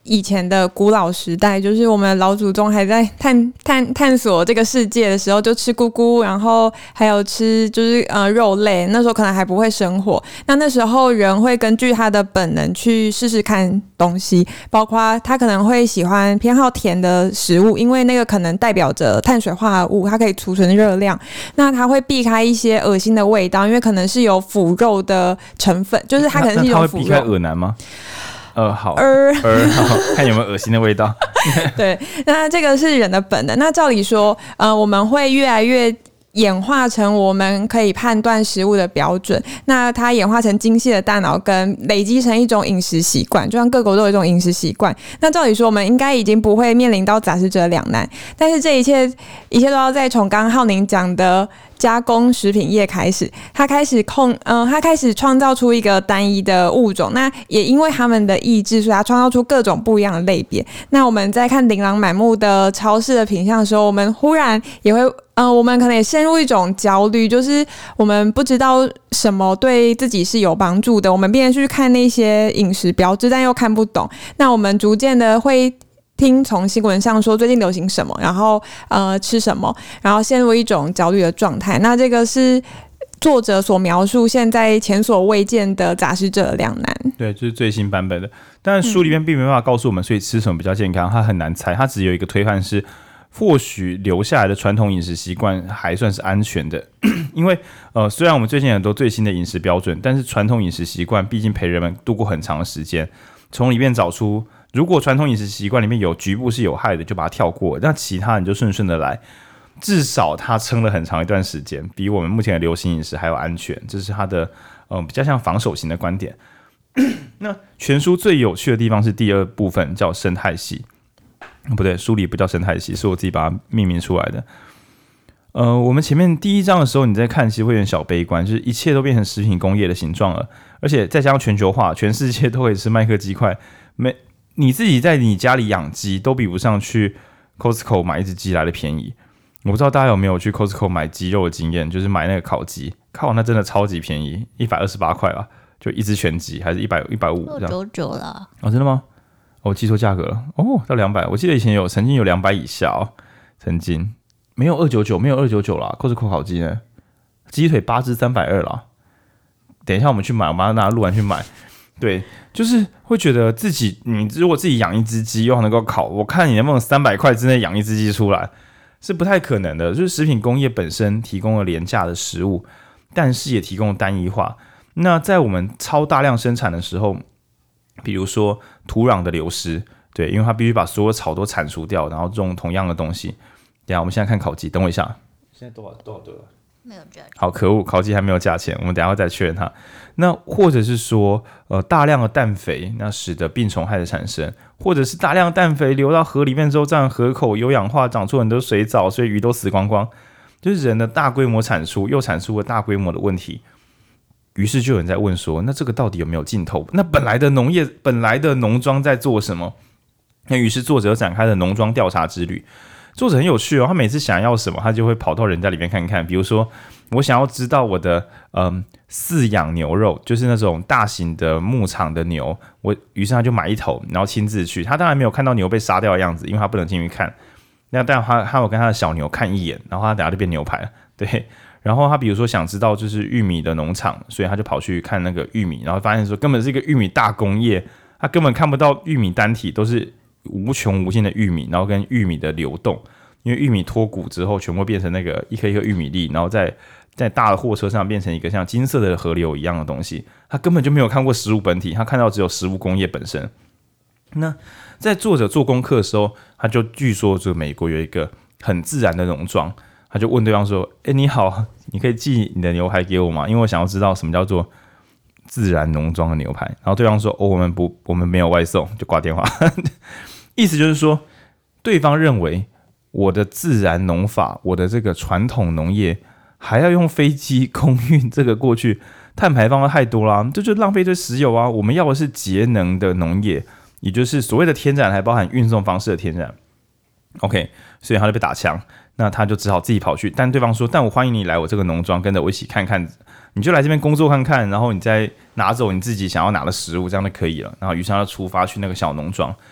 Speaker 2: 以前的古老时代，就是我们老祖宗还在探索这个世界的时候，就吃菇菇，然后还有吃就是肉类，那时候可能还不会生火，那时候人会根据他的本能去试试看东西，包括他可能会喜欢偏好甜的食物，因为那个可能代表着碳水化合物，它可以储存热量。那他会避开一些恶心的味道，因为可能是有腐肉的成分，就是它可能是一种腐肉。
Speaker 1: 那他会避开恶男吗？好，好，看有没有恶心的味道。
Speaker 2: 对，那这个是人的本能。那照理说，我们会越来越演化成我们可以判断食物的标准，那它演化成精细的大脑跟累积成一种饮食习惯，就像各国都有一种饮食习惯。那照理说我们应该已经不会面临到杂食者两难，但是这一切都要再从刚刚浩宁讲的加工食品业开始，他开始创造出一个单一的物种，那也因为他们的意志，所以他创造出各种不一样的类别。那我们在看琳琅满目的超市的品项的时候，我们忽然也会我们可能也陷入一种焦虑，就是我们不知道什么对自己是有帮助的，我们便去看那些饮食标志，但又看不懂。那我们逐渐的会听从新闻上说最近流行什么，然后吃什么，然后陷入一种焦虑的状态。那这个是作者所描述现在前所未见的杂食者两难。
Speaker 1: 对，就是最新版本的。但是书里面并没办法告诉我们，所以吃什么比较健康，它很难猜。它只有一个推判是，或许留下来的传统饮食习惯还算是安全的，因为虽然我们最近有很多最新的饮食标准，但是传统饮食习惯毕竟陪人们度过很长的时间，从里面找出。如果传统饮食习惯里面有局部是有害的，就把它跳过，那其他人就顺顺的来。至少它撑了很长一段时间，比我们目前的流行饮食还要安全，这是它的比较像防守型的观点。那全书最有趣的地方是第二部分，叫生态系。不对，书里不叫生态系，是我自己把它命名出来的。我们前面第一章的时候，你在看，其实会有点小悲观，就是一切都变成食品工业的形状了，而且再加上全球化，全世界都可以吃麦克鸡块，你自己在你家里养鸡都比不上去 Costco 买一只鸡来的便宜。我不知道大家有没有去 Costco 买鸡肉的经验，就是买那个烤鸡，靠，那真的超级便宜，128块吧，就一只全鸡，还是150这样。
Speaker 3: 299了。
Speaker 1: 哦，真的吗？我记错价格了，到200。我记得以前曾经有200以下哦，曾经没有299，没有299啦。Costco 烤鸡呢，鸡腿8只320啦。等一下我们去买，我马上拿录完去买。对，就是会觉得你如果自己养一只鸡又能够烤，我看你能不能300块之内养一只鸡出来，是不太可能的。就是食品工业本身提供了廉价的食物，但是也提供了单一化。那在我们超大量生产的时候，比如说土壤的流失，对，因为它必须把所有草都铲除掉，然后种同样的东西。等一下，我们现在看烤鸡，等我一下，现在多少对了？
Speaker 3: 没有价钱。
Speaker 1: 好，可恶，烤鸡还没有价钱，我们等一下会再确认它。那或者是说，大量的氮肥，那使得病虫害的产生，或者是大量的氮肥流到河里面之后，这样河口有氧化，长出很多水藻，所以鱼都死光光。就是人的大规模产出，又产出了大规模的问题。于是就有人在问说，那这个到底有没有尽头？那本来的农庄在做什么？那于是作者展开了农庄调查之旅。作者很有趣哦，他每次想要什么，他就会跑到人家里面看看。比如说，我想要知道我的饲养牛肉，就是那种大型的牧场的牛，于是他就买一头，然后亲自去。他当然没有看到牛被杀掉的样子，因为他不能进去看。那但他有跟他的小牛看一眼，然后他等下就变牛排了。对，然后他比如说想知道就是玉米的农场，所以他就跑去看那个玉米，然后发现说根本是一个玉米大工业，他根本看不到玉米单体，都是无穷无尽的玉米，然后跟玉米的流动，因为玉米脱谷之后，全部变成那个一颗一颗玉米粒，然后在大的货车上变成一个像金色的河流一样的东西。他根本就没有看过食物本体，他看到只有食物工业本身。那在作者做功课的时候，他就据说这美国有一个很自然的农庄，他就问对方说：“你好，你可以寄你的牛排给我吗？因为我想要知道什么叫做自然农庄的牛排。”然后对方说：“我们没有外送。”就挂电话。意思就是说，对方认为我的自然农法，我的这个传统农业还要用飞机空运，这个过去碳排放的太多啦，这就浪费一堆石油啊。我们要的是节能的农业，也就是所谓的天然，还包含运送方式的天然。OK， 所以他就被打枪，那他就只好自己跑去。但对方说：“但我欢迎你来我这个农庄，跟着我一起看看，你就来这边工作看看，然后你再拿走你自己想要拿的食物，这样就可以了。”然后于是他就出发去那个小农庄。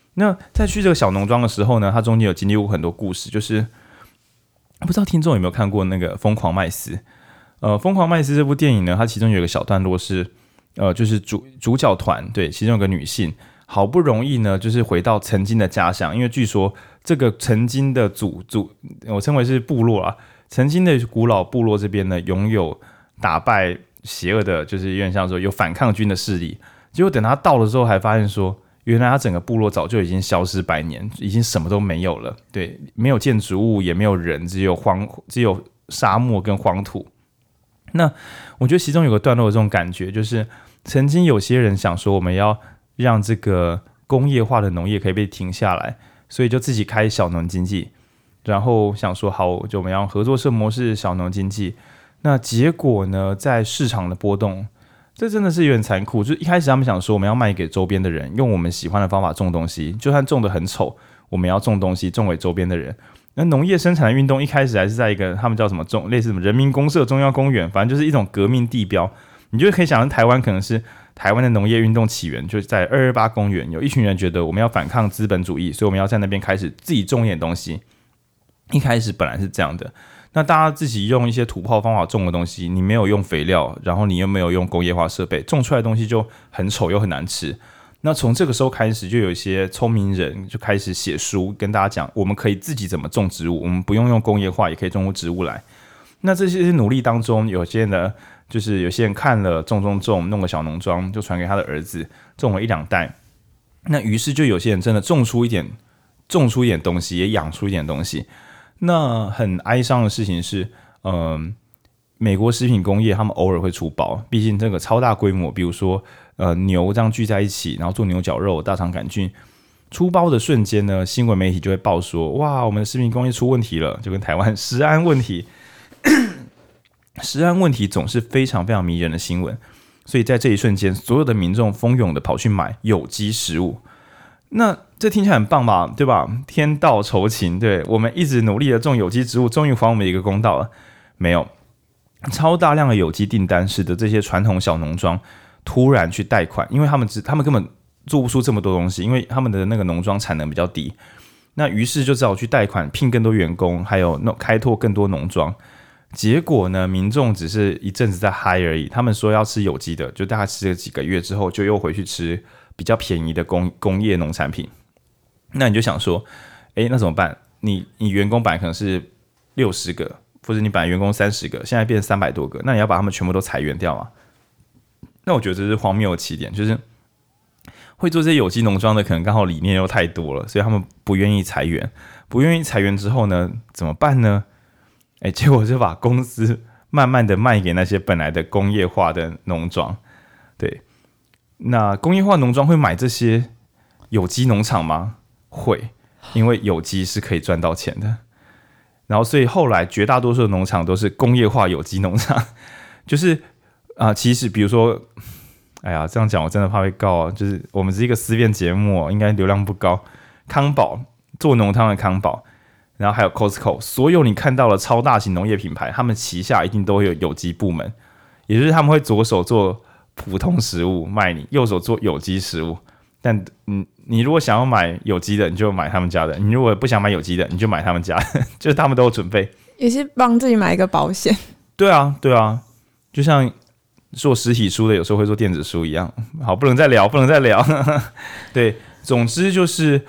Speaker 1: 那在去这个小农庄的时候呢，他中间有经历过很多故事，就是不知道听众有没有看过那个《疯狂麦斯》。疯狂麦斯这部电影呢，它其中有一个小段落是，就是主角团对，其中有个女性，好不容易呢，就是回到曾经的家乡，因为据说这个曾经的我称为是部落啊，曾经的古老部落这边呢，拥有打败邪恶的，就是有点像说有反抗军的势力。结果等他到了之后，还发现说，原来他整个部落早就已经消失100年，已经什么都没有了。对，没有建筑物，也没有人，只有沙漠跟荒土。那我觉得其中有个段落的这种感觉，就是曾经有些人想说，我们要让这个工业化的农业可以被停下来，所以就自己开小农经济，然后想说好，就我们要合作社模式小农经济。那结果呢，在市场的波动，这真的是有点残酷。就一开始他们想说，我们要卖给周边的人，用我们喜欢的方法种东西，就算种得很丑，我们要种东西种给周边的人。那农业生产的运动一开始还是在一个他们叫什么类似什么人民公社、中央公园，反正就是一种革命地标。你就可以想象台湾可能是台湾的农业运动起源，就是在228公园，有一群人觉得我们要反抗资本主义，所以我们要在那边开始自己种一点东西。一开始本来是这样的，那大家自己用一些土炮方法种的东西，你没有用肥料，然后你又没有用工业化设备，种出来的东西就很丑又很难吃。那从这个时候开始，就有一些聪明人就开始写书，跟大家讲，我们可以自己怎么种植物，我们不用工业化，也可以种出植物来。那这些努力当中，有些人就是有些人看了种，弄个小农庄，就传给他的儿子，种了1-2代。那于是就有些人真的种出一点东西，也养出一点东西。那很哀伤的事情是，美国食品工业他们偶尔会出包，毕竟这个超大规模，比如说牛这样聚在一起，然后做牛绞肉、大肠杆菌，出包的瞬间呢，新闻媒体就会报说，哇，我们的食品工业出问题了，就跟台湾食安问题，食安问题总是非常非常迷人的新闻，所以在这一瞬间，所有的民众蜂拥的跑去买有机食物。那这听起来很棒吧，对吧？天道酬勤，对，我们一直努力的种有机植物，终于还我们一个公道了。没有，超大量的有机订单使得这些传统小农庄突然去贷款，因为他们根本做不出这么多东西，因为他们的那个农庄产能比较低，那于是就只好去贷款聘更多员工，还有开拓更多农庄。结果呢，民众只是一阵子在嗨而已，他们说要吃有机的，就大概吃了几个月之后，就又回去吃比较便宜的工业农产品。那你就想说，那怎么办？你员工本来可能是60个，或者你本来员工30个，现在变成300多个，那你要把他们全部都裁员掉吗？那我觉得这是荒谬的起点，就是会做这些有机农庄的，可能刚好理念又太多了，所以他们不愿意裁员。不愿意裁员之后呢，怎么办呢？结果就把公司慢慢的卖给那些本来的工业化的农庄。对，那工业化农庄会买这些有机农场吗？会，因为有机是可以赚到钱的。然后所以后来绝大多数的农场都是工业化有机农场，就是其实比如说，这样讲我真的怕被告啊，就是我们是一个思辨节目，应该流量不高。康宝做浓汤的康宝。然后还有 Costco， 所有你看到的超大型农业品牌，他们旗下一定都会有有机部门，也就是他们会左手做普通食物卖你，右手做有机食物。但你如果想要买有机的，你就买他们家的；你如果不想买有机的，你就买他们家的，就是他们都有准备。
Speaker 2: 也是帮自己买一个保险。
Speaker 1: 对啊，就像做实体书的有时候会做电子书一样。好，不能再聊。对，总之就是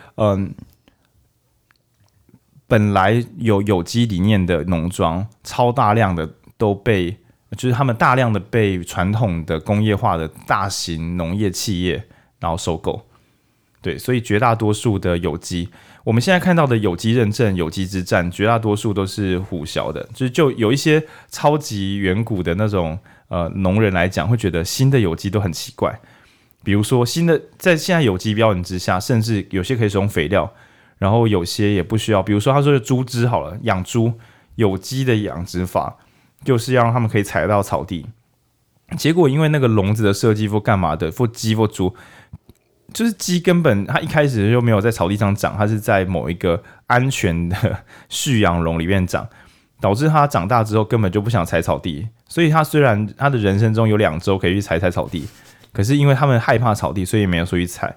Speaker 1: 本来有机理念的农庄，超大量的都被，就是他们大量的被传统的工业化的大型农业企业然后收购。对，所以绝大多数的有机，我们现在看到的有机认证、有机之战，绝大多数都是唬小的。就有一些超级远古的那种农人来讲，会觉得新的有机都很奇怪。比如说新的，在现在有机标准之下，甚至有些可以使用肥料。然后有些也不需要，比如说他说的猪只好了，养猪有机的养殖法就是要让他们可以踩到草地，结果因为那个笼子的设计或干嘛的，或鸡或猪，就是鸡根本它一开始就没有在草地上长，它是在某一个安全的蓄养笼里面长，导致它长大之后根本就不想踩草地，所以它虽然它的人生中有2周可以去踩草地，可是因为他们害怕草地，所以没有出去踩。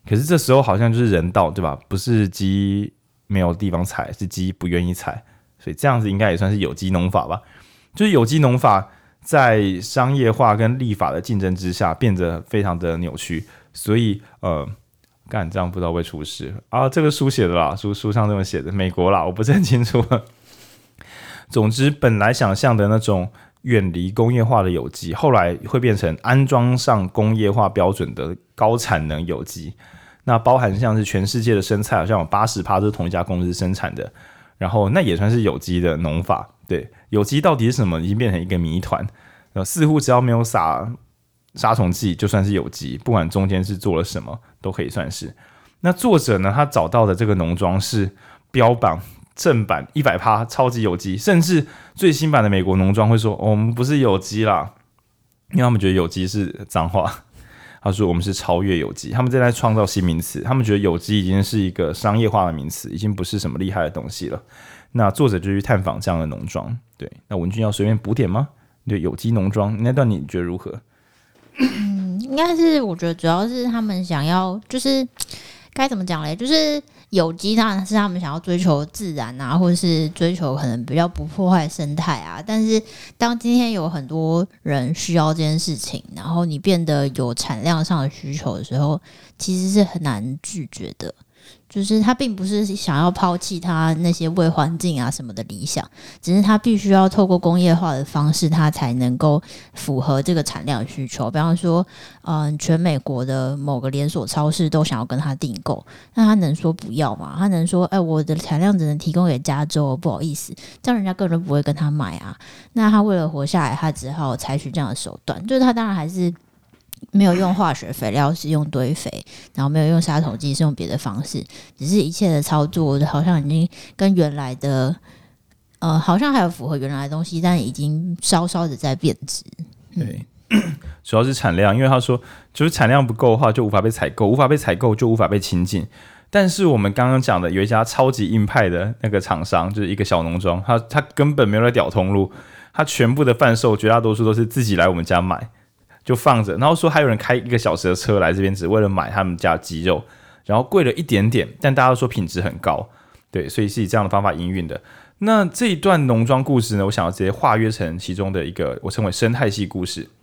Speaker 1: 可是这时候好像就是人道，对吧？不是鸡没有地方采，是鸡不愿意采，所以这样子应该也算是有机农法吧。就是有机农法在商业化跟立法的竞争之下变得非常的扭曲，所以干这样不知道会出事啊？这个书写的啦，书上这么写的，美国啦，我不是很清楚。总之，本来想象的那种远离工业化的有机，后来会变成安装上工业化标准的高产能有机。那包含像是全世界的生菜，好像有 80% 都是同一家公司生产的，然后那也算是有机的农法。对，有机到底是什么，已经变成一个谜团。似乎只要没有撒杀虫剂，就算是有机，不管中间是做了什么，都可以算是。那作者呢，他找到的这个农庄是标榜正版 100% 超级有机，甚至最新版的美国农庄会说、我们不是有机啦，因为他们觉得有机是脏话。他说我们是超越有机，他们正在创造新名词，他们觉得有机已经是一个商业化的名词，已经不是什么厉害的东西了。那作者就去探访这样的农庄。对，那文君要随便补点吗？对，有机农庄那段你觉得如何？
Speaker 3: 应该是我觉得主要是他们想要，就是该怎么讲嘞？就是有机当然是他们想要追求自然啊，或者是追求可能比较不破坏生态啊。但是当今天有很多人需要这件事情，然后你变得有产量上的需求的时候，其实是很难拒绝的。就是他并不是想要抛弃他那些为环境啊什么的理想，只是他必须要透过工业化的方式，他才能够符合这个产量需求。比方说，全美国的某个连锁超市都想要跟他订购，那他能说不要吗？他能说，我的产量只能提供给加州，不好意思，这样人家根本不会跟他买啊。那他为了活下来，他只好采取这样的手段，就是他当然还是没有用化学肥料，是用堆肥，然后没有用杀虫剂，是用别的方式，只是一切的操作好像已经跟原来的好像还有符合原来的东西，但已经稍稍的在变质。
Speaker 1: 对，主要是产量，因为他说就是产量不够的话就无法被采购，无法被采购就无法被亲近。但是我们刚刚讲的有一家超级硬派的那个厂商，就是一个小农庄，他根本没有在屌通路，他全部的贩售绝大多数都是自己来我们家买，就放着，然后说还有人开1个小时的车来这边，只为了买他们家鸡肉，然后贵了一点点，但大家都说品质很高，对，所以是以这样的方法营运的。那这一段农庄故事呢，我想要直接化约成其中的一个我称为生态系故事。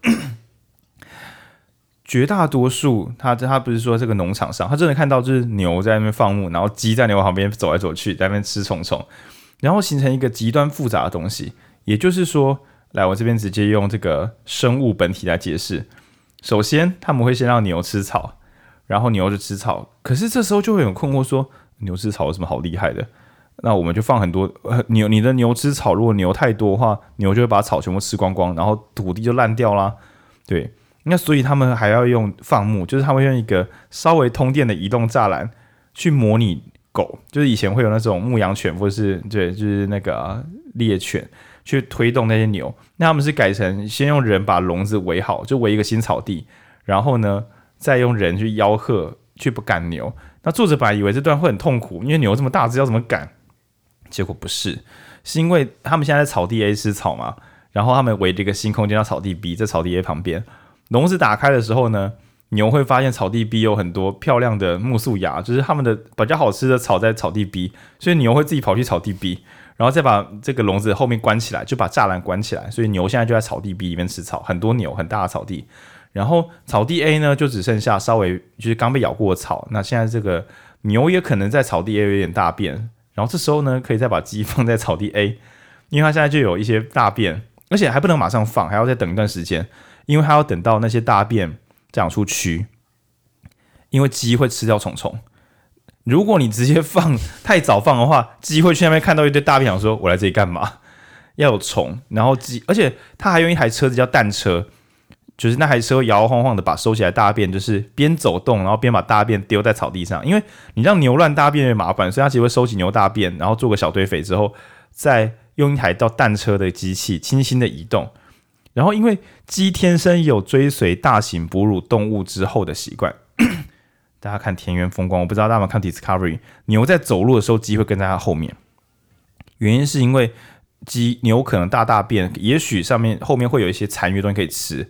Speaker 1: 绝大多数他不是说这个农场上，他真的看到就是牛在那边放牧，然后鸡在牛旁边走来走去，在那边吃虫虫，然后形成一个极端复杂的东西。也就是说，来我这边直接用这个生物本体来解释。首先他们会先让牛吃草，然后牛就吃草，可是这时候就会有困惑说，牛吃草有什么好厉害的？那我们就放很多你的牛吃草，如果牛太多的话，牛就会把草全部吃光光，然后土地就烂掉啦。对，那所以他们还要用放牧，就是他们用一个稍微通电的移动栅栏去模拟狗，就是以前会有那种牧羊犬或者是对，就是那个猎犬去推动那些牛。那他们是改成先用人把笼子围好，就围一个新草地，然后呢再用人去吆喝去赶牛。那作者本来以为这段会很痛苦，因为牛这么大只要怎么赶？结果不是，是因为他们现在在草地 A 吃草嘛，然后他们围着一个新空间叫草地 B， 在草地 A 旁边，笼子打开的时候呢，牛会发现草地 B 有很多漂亮的苜蓿芽，就是他们的比较好吃的草在草地 B， 所以牛会自己跑去草地 B， 然后再把这个笼子后面关起来，就把栅栏关起来，所以牛现在就在草地 B 里面吃草，很多牛，很大的草地。然后草地 A 呢，就只剩下稍微就是刚被咬过的草，那现在这个牛也可能在草地 A 有点大便。然后这时候呢，可以再把鸡放在草地 A， 因为它现在就有一些大便，而且还不能马上放，还要再等一段时间，因为它要等到那些大便长出蛆，因为鸡会吃掉虫虫。如果你直接放太早放的话，鸡会去那边看到一堆大便，想说我来这里干嘛？要有虫，然后鸡，而且它还用一台车子叫蛋车。就是那台车会摇摇晃晃的把收起来大便，就是边走动，然后边把大便丢在草地上。因为你让牛乱大便有点麻烦，所以它其实会收集牛大便，然后做个小堆肥之后，再用一台叫蛋车的机器轻轻的移动。然后因为鸡天生有追随大型哺乳动物之后的习惯，大家看田园风光，我不知道大家有没有看 Discovery， 牛在走路的时候，鸡会跟在它后面。原因是因为牛可能大便，也许上面后面会有一些残余的东西可以吃。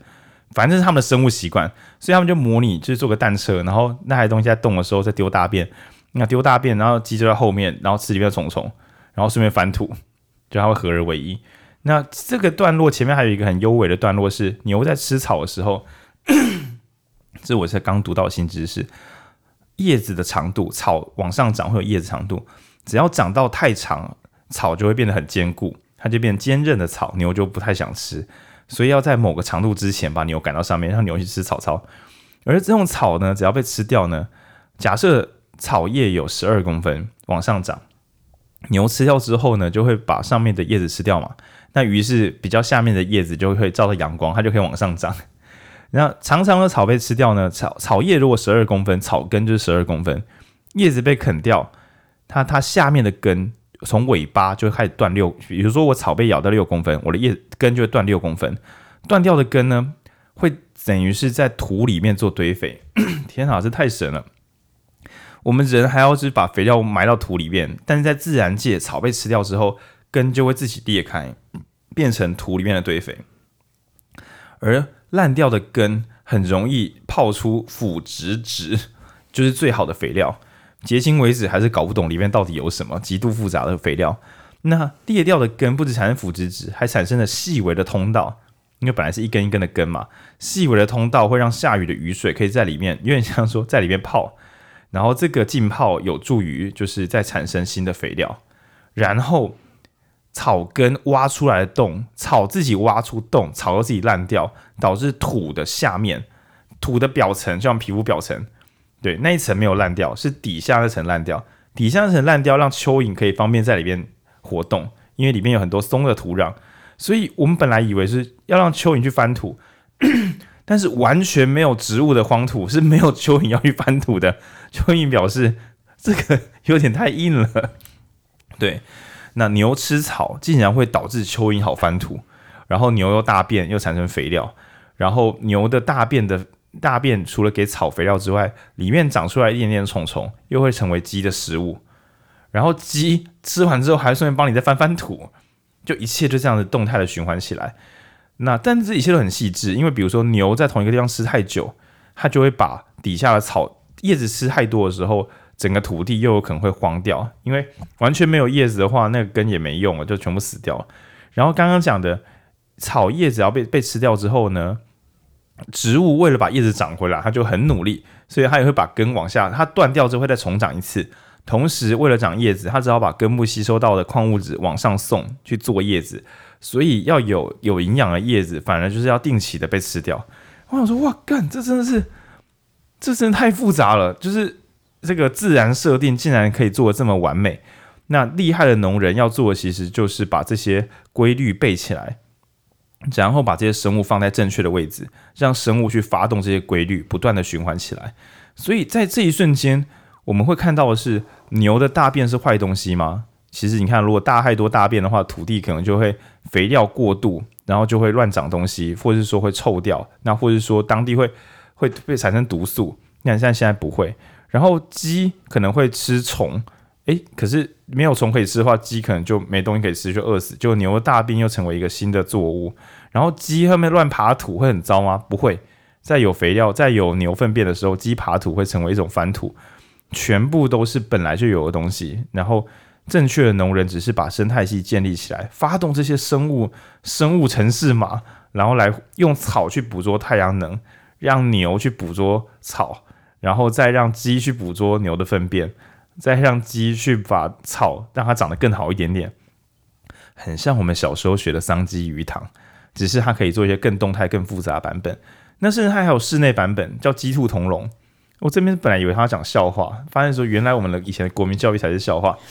Speaker 1: 反正这是他们的生物习惯，所以他们就模拟就是做个蛋车，然后那台东西在动的时候再丢大便，那丢大便，然后鸡就在后面，然后吃里面的虫虫，然后顺便翻土，就它会合而为一。那这个段落前面还有一个很优美的段落是牛在吃草的时候，这我是刚读到的新知识，叶子的长度，草往上长会有叶子长度，只要长到太长，草就会变得很坚固，它就变坚韧的草，牛就不太想吃，所以要在某个长度之前把牛赶到上面，让牛去吃草草。而这种草呢，只要被吃掉呢，假设草叶有12公分往上长，牛吃掉之后呢，就会把上面的叶子吃掉嘛，那于是比较下面的叶子就会照到阳光，它就可以往上长。那长长的草被吃掉呢，草叶如果12公分，草根就是12公分，叶子被啃掉，它下面的根从尾巴就会开始断6，比如说我草被咬到6公分，我的根就会断6公分，断掉的根呢，会等于是在土里面做堆肥。天啊，这太神了！我们人还要是把肥料埋到土里面，但是在自然界，草被吃掉之后，根就会自己裂开，变成土里面的堆肥。而烂掉的根很容易泡出腐殖质，就是最好的肥料。迄今为止还是搞不懂里面到底有什么极度复杂的肥料。那裂掉的根不只产生腐殖质，还产生了细微的通道，因为本来是一根一根的根嘛，细微的通道会让下雨的雨水可以在里面，有点像说在里面泡，然后这个浸泡有助于就是再产生新的肥料，然后草根挖出来的洞，草自己挖出洞，草又自己烂掉，导致土的下面，土的表层就像皮肤表层，对，那一层没有烂掉，是底下那层烂掉，底下那层烂掉让蚯蚓可以方便在里面活动，因为里面有很多松的土壤，所以我们本来以为是要让蚯蚓去翻土，但是完全没有植物的荒土是没有蚯蚓要去翻土的。蚯蚓表示这个有点太硬了，对。那牛吃草竟然会导致蚯蚓好翻土，然后牛又大便又产生肥料，然后牛的大便除了给草肥料之外，里面长出来一点点虫虫，又会成为鸡的食物，然后鸡吃完之后还顺便帮你再翻翻土，就一切就这样子动态的循环起来。那但是这一切都很细致，因为比如说牛在同一个地方吃太久，它就会把底下的草叶子吃太多的时候，整个土地又有可能会荒掉，因为完全没有叶子的话，那个根也没用了，就全部死掉了。然后刚刚讲的草叶只要被吃掉之后呢，植物为了把叶子长回来，它就很努力，所以它也会把根往下，它断掉之后会再重长一次。同时为了长叶子，它只好把根部吸收到的矿物质往上送去做叶子，所以要有营养的叶子，反而就是要定期的被吃掉。我想说，哇，干，这真的太复杂了，就是这个自然设定竟然可以做得这么完美。那厉害的农人要做的其实就是把这些规律背起来，然后把这些生物放在正确的位置，让生物去发动这些规律，不断的循环起来。所以在这一瞬间，我们会看到的是，牛的大便是坏东西吗？其实你看，如果太多大便的话，土地可能就会肥料过度，然后就会乱长东西，或者是说会臭掉，那或者是说当地会被产生毒素。那现在不会。然后鸡可能会吃虫，可是没有虫可以吃的话，鸡可能就没东西可以吃，就饿死。就牛的大便又成为一个新的作物。然后鸡后面乱爬土会很糟吗？不会。在有肥料、在有牛粪便的时候，鸡爬土会成为一种翻土，全部都是本来就有的东西。然后正确的农人只是把生态系建立起来，发动这些生物程式码，然后来用草去捕捉太阳能，让牛去捕捉草，然后再让鸡去捕捉牛的粪便，再让鸡去把草让它长得更好一点点，很像我们小时候学的桑基鱼塘，只是它可以做一些更动态、更复杂的版本。那甚至它还有室内版本，叫鸡兔同笼。我这边本来以为他讲笑话，发现说原来我们的以前的国民教育才是笑话。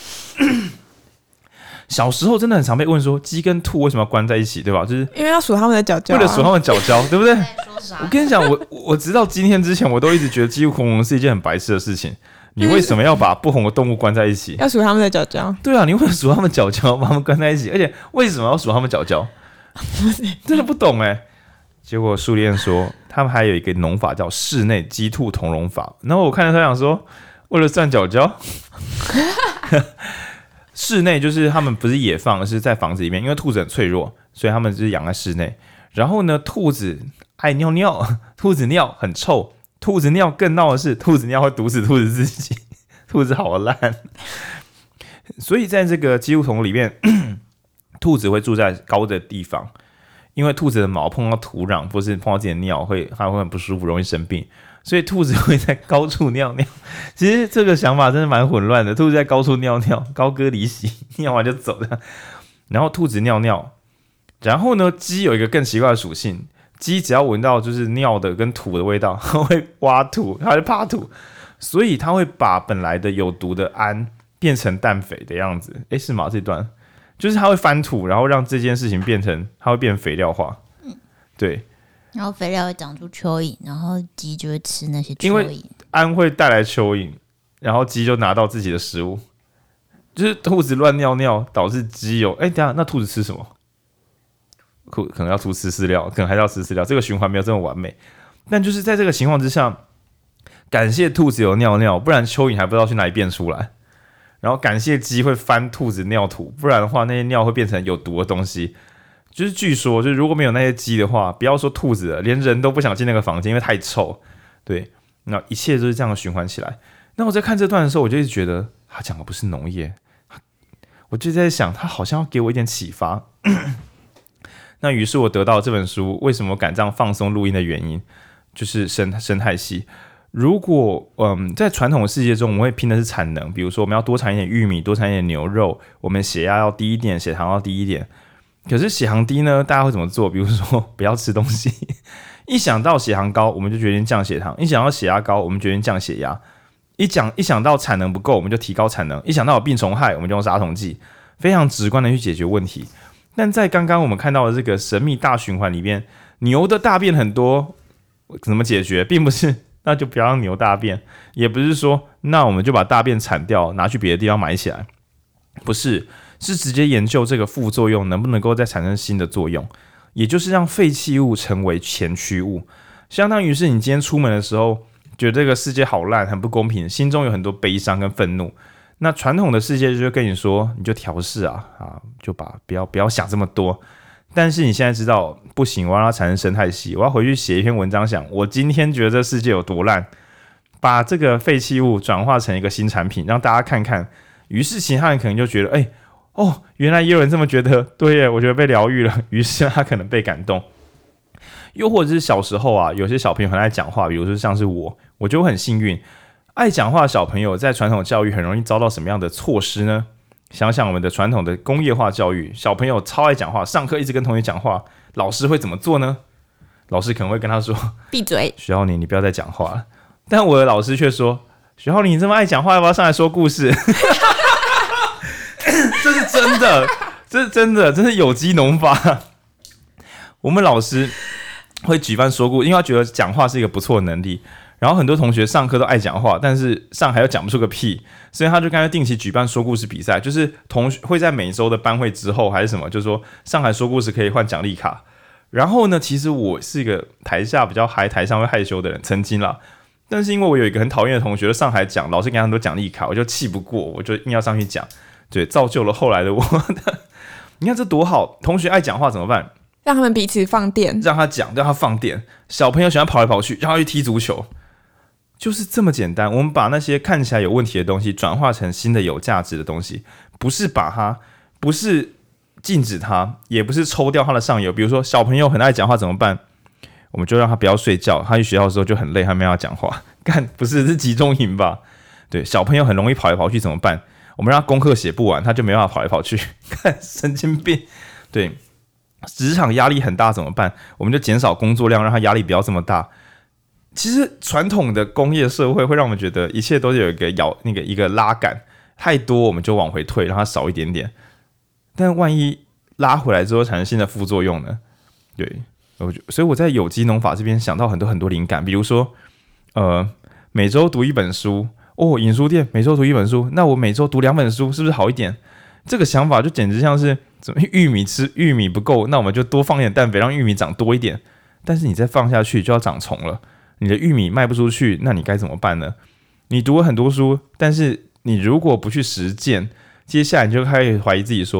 Speaker 1: 小时候真的很常被问说，鸡跟兔为什么要关在一起，对吧？就是
Speaker 2: 因为要数他们的脚脚，
Speaker 1: 为了数他们的脚脚，对不对？我跟你讲，我直到今天之前，我都一直觉得鸡兔同笼是一件很白痴的事情。你为什么要把不同的动物关在一起？
Speaker 2: 要数他们的脚脚。对
Speaker 1: 啊，你为了数他们脚脚，把他们关在一起，而且为什么要数他们脚脚？真的不懂结果苏立燕说，他们还有一个农法叫室内鸡兔同笼法。然后我看到他想说，为了算脚脚，室内就是他们不是野放，而是在房子里面，因为兔子很脆弱，所以他们就是养在室内。 然后呢，兔子爱尿尿，兔子尿很臭，兔子尿更闹的是，兔子尿会毒死兔子自己，兔子好烂。所以在这个基督童里面，兔子会住在高的地方，因为兔子的毛碰到土壤或是碰到自己的尿它会很不舒服，容易生病，所以兔子会在高处尿尿。其实这个想法真的蛮混乱的，兔子在高处尿尿，高歌离席，尿完就走了。然后兔子尿尿，然后呢，鸡有一个更奇怪的属性，鸡只要闻到就是尿的跟土的味道，它会挖土，它会爬土，所以它会把本来的有毒的氨变成氮肥的样子。诶，是吗？这段就是它会翻土，然后让这件事情变成，它会变肥料化。对。
Speaker 3: 然后肥料会长出蚯蚓，然后鸡就会吃那些蚯蚓。
Speaker 1: 因为氨会带来蚯蚓，然后鸡就拿到自己的食物。就是兔子乱尿尿，导致鸡有等一下，那兔子吃什么？可能要吃饲料，可能还是要吃饲料。这个循环没有这么完美，但就是在这个情况之下，感谢兔子有尿尿，不然蚯蚓还不知道去哪里变出来。然后感谢鸡会翻兔子尿土，不然的话那些尿会变成有毒的东西。就是据说，就是如果没有那些鸡的话，不要说兔子了，连人都不想进那个房间，因为太臭。对，那一切都是这样的循环起来。那我在看这段的时候，我就一直觉得他讲的不是农业，我就在想他好像要给我一点启发。那于是我得到这本书为什么敢这样放松录音的原因，就是生态系。如果在传统的世界中，我们会拼的是产能，比如说我们要多产一点玉米，多产一点牛肉，我们血压要低一点，血糖要低一点。可是血糖低呢，大家会怎么做？比如说不要吃东西。一想到血糖高，我们就决定降血糖；一想到血压高，我们决定降血压；一想到产能不够，我们就提高产能；一想到有病虫害，我们就用杀虫剂，非常直观的去解决问题。但在刚刚我们看到的这个神秘大循环里面，牛的大便很多，怎么解决？并不是那就不要让牛大便，也不是说那我们就把大便铲掉，拿去别的地方埋起来，不是。是直接研究这个副作用能不能够再产生新的作用，也就是让废弃物成为前驱物，相当于是你今天出门的时候觉得这个世界好烂很不公平，心中有很多悲伤跟愤怒，那传统的世界就跟你说你就调试就不要想这么多，但是你现在知道不行，我要让它产生生态系，我要回去写一篇文章，想我今天觉得这世界有多烂，把这个废弃物转化成一个新产品让大家看看，于是其他人可能就觉得原来也有人这么觉得，对耶，我觉得被疗愈了，于是他可能被感动。又或者是小时候有些小朋友很爱讲话，比如说像是我就很幸运，爱讲话的小朋友在传统教育很容易遭到什么样的措施呢？想想我们的传统的工业化教育，小朋友超爱讲话，上课一直跟同学讲话，老师会怎么做呢？老师可能会跟他说：“
Speaker 2: 闭嘴，
Speaker 1: 徐浩宁，你不要再讲话了。”但我的老师却说：“徐浩宁，你这么爱讲话，要不要上来说故事？”这是真的，这是真的，这是有机农法。我们老师会举办说故事，因为他觉得讲话是一个不错的能力。然后很多同学上课都爱讲话，但是上海又讲不出个屁，所以他就干脆定期举办说故事比赛，就是同学会在每周的班会之后还是什么，就是说上海说故事可以换奖励卡。然后呢，其实我是一个台下比较嗨，台上会害羞的人，曾经啦。但是因为我有一个很讨厌的同学在上海讲，老师给他很多奖励卡，我就气不过，我就硬要上去讲。对，造就了后来的我。你看这多好，同学爱讲话怎么办？
Speaker 2: 让他们彼此放电，
Speaker 1: 让他讲，让他放电。小朋友喜欢跑来跑去，让他去踢足球，就是这么简单。我们把那些看起来有问题的东西转化成新的有价值的东西，不是禁止他，也不是抽掉他的上游。比如说小朋友很爱讲话怎么办？我们就让他不要睡觉，他去学校的时候就很累，他没有要讲话。不是集中营吧？对，小朋友很容易跑来跑去怎么办？我们让他功课写不完，他就没办法跑来跑去，看神经病。对，职场压力很大怎么办？我们就减少工作量，让他压力不要这么大。其实传统的工业社会会让我们觉得一切都是有一个拉杆，太多我们就往回退，让它少一点点。但万一拉回来之后产生新的副作用呢？对，所以我在有机农法这边想到很多灵感，比如说每周读一本书。影书店每周读一本书，那我每周读2本书是不是好一点？这个想法就简直像是怎么玉米不够，那我们就多放一点氮肥，让玉米长多一点。但是你再放下去就要长虫了，你的玉米卖不出去，那你该怎么办呢？你读了很多书，但是你如果不去实践，接下来你就开始怀疑自己说：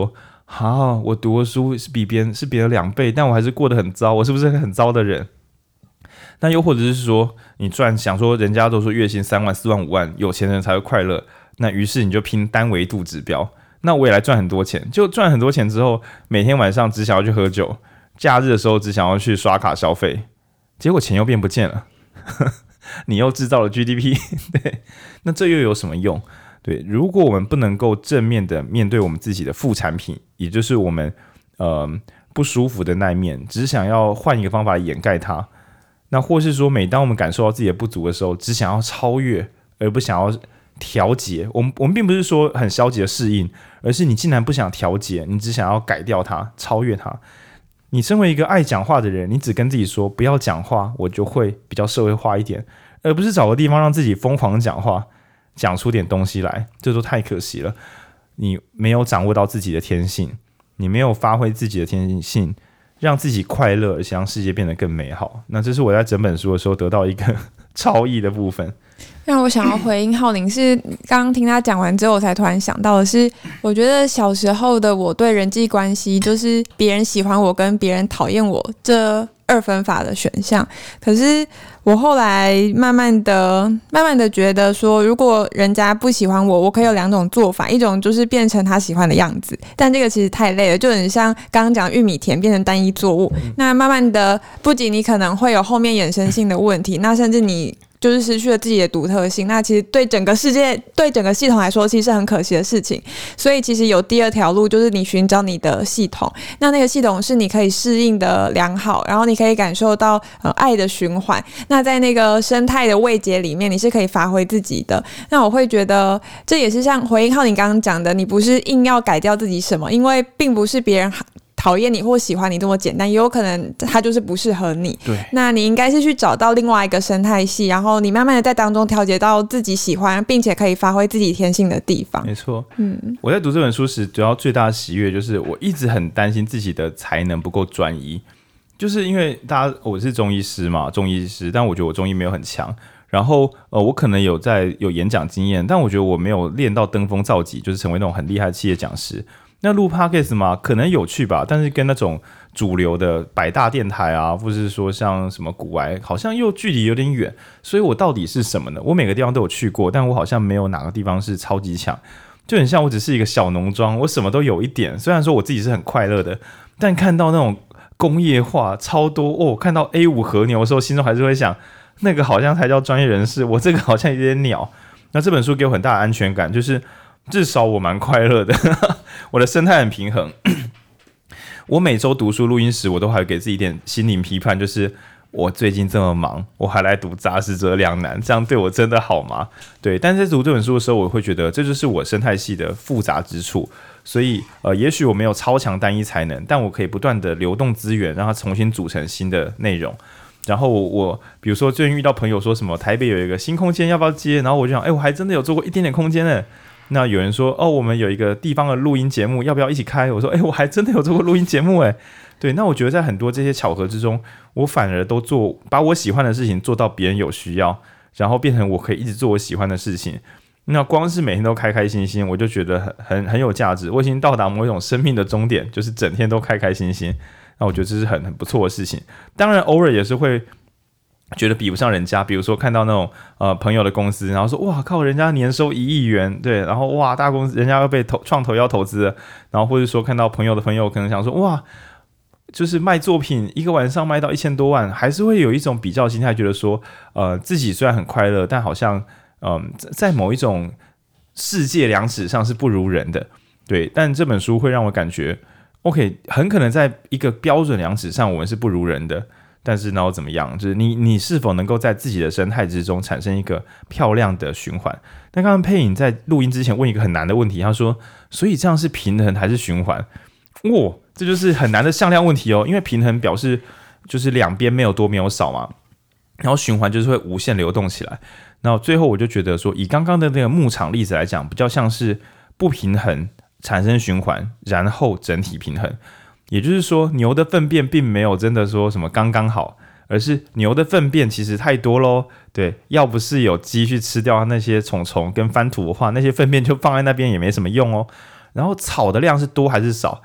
Speaker 1: 好，我读的书是比别人的2倍，但我还是过得很糟，我是不是很糟的人？那又或者是说，你想说人家都说月薪3万、4万、5万，有钱人才会快乐，那于是你就拼单维度指标。那我也来赚很多钱，就赚很多钱之后，每天晚上只想要去喝酒，假日的时候只想要去刷卡消费，结果钱又变不见了，你又制造了 GDP， 对，那这又有什么用？对，如果我们不能够正面的面对我们自己的副产品，也就是我们不舒服的那一面，只想要换一个方法来掩盖它，那或是说每当我们感受到自己的不足的时候，只想要超越而不想要调节，我们并不是说很消极的适应，而是你竟然不想调节，你只想要改掉它，超越它。你身为一个爱讲话的人，你只跟自己说不要讲话，我就会比较社会化一点，而不是找个地方让自己疯狂讲话，讲出点东西来，这都太可惜了。你没有掌握到自己的天性，你没有发挥自己的天性，让自己快乐，而且让世界变得更美好。那这是我在整本书的时候得到一个超意的部分。
Speaker 2: 让我想要回应浩宁是刚刚听他讲完之后，我才突然想到的是，我觉得小时候的我对人际关系就是别人喜欢我跟别人讨厌我这2分法的选项。可是我后来慢慢的觉得说，如果人家不喜欢我，我可以有2种做法，一种就是变成他喜欢的样子，但这个其实太累了，就很像刚刚讲玉米田变成单一作物。那慢慢的，不仅你可能会有后面衍生性的问题，那甚至你就是失去了自己的独特性，那其实对整个世界、对整个系统来说，其实是很可惜的事情。所以其实有第2条路，就是你寻找你的系统，那个系统是你可以适应的良好，然后你可以感受到爱的循环。那在那个生态的位阶里面，你是可以发挥自己的。那我会觉得这也是像回应浩你刚刚讲的，你不是硬要改掉自己什么，因为并不是别人讨厌你或喜欢你这么简单，也有可能他就是不适合你。
Speaker 1: 对，
Speaker 2: 那你应该是去找到另外一个生态系，然后你慢慢的在当中调节到自己喜欢并且可以发挥自己天性的地方。
Speaker 1: 没错，我在读这本书时，主要最大的喜悦就是我一直很担心自己的才能不够专一，就是因为我是中医师嘛，但我觉得我中医没有很强。然后我可能有演讲经验，但我觉得我没有练到登峰造极，就是成为那种很厉害的企业讲师。那录 podcast 嘛，可能有趣吧，但是跟那种主流的百大电台啊，或是说像什么股癌，好像又距离有点远。所以我到底是什么呢？我每个地方都有去过，但我好像没有哪个地方是超级强，就很像我只是一个小农庄，我什么都有一点。虽然说我自己是很快乐的，但看到那种工业化超多看到 A5 和牛的时候，心中还是会想，那个好像才叫专业人士，我这个好像有点鸟。那这本书给我很大的安全感，就是至少我蛮快乐的，我的生态很平衡。我每周读书录音时，我都还给自己一点心灵批判，就是我最近这么忙，我还来读杂食者两难，这样对我真的好吗？对，但是在读这本书的时候，我会觉得这就是我生态系的复杂之处。所以也许我没有超强单一才能，但我可以不断的流动资源，让它重新组成新的内容。然后我比如说最近遇到朋友说什么台北有一个新空间要不要接，然后我就想我还真的有做过一点点空间呢。那有人说我们有一个地方的录音节目要不要一起开，我说我还真的有做过录音节目对，那我觉得在很多这些巧合之中，我反而都把我喜欢的事情做到别人有需要，然后变成我可以一直做我喜欢的事情。那光是每天都开开心心，我就觉得很有价值。我已经到达某一种生命的终点，就是整天都开开心心。那我觉得这是很不错的事情。当然偶尔也是会觉得比不上人家，比如说看到那种朋友的公司，然后说哇靠，人家年收1亿元，对，然后哇大公司人家要被创投要投资了，然后或者说看到朋友的朋友可能想说哇，就是卖作品一个晚上卖到1000多万，还是会有一种比较心态，觉得说自己虽然很快乐，但好像在某一种世界量尺上是不如人的，对。但这本书会让我感觉 OK， 很可能在一个标准量尺上我们是不如人的，但是呢怎么样，就是你是否能够在自己的生态之中产生一个漂亮的循环。但刚刚佩颖在录音之前问一个很难的问题，他说所以这样是平衡还是循环？这就是很难的向量问题因为平衡表示就是两边没有多没有少嘛，然后循环就是会无限流动起来。然后最后我就觉得说，以刚刚的那个牧场例子来讲，比较像是不平衡产生循环，然后整体平衡。也就是说，牛的粪便并没有真的说什么刚刚好，而是牛的粪便其实太多咯。对，要不是有鸡去吃掉那些虫跟翻土的话，那些粪便就放在那边也没什么用然后草的量是多还是少，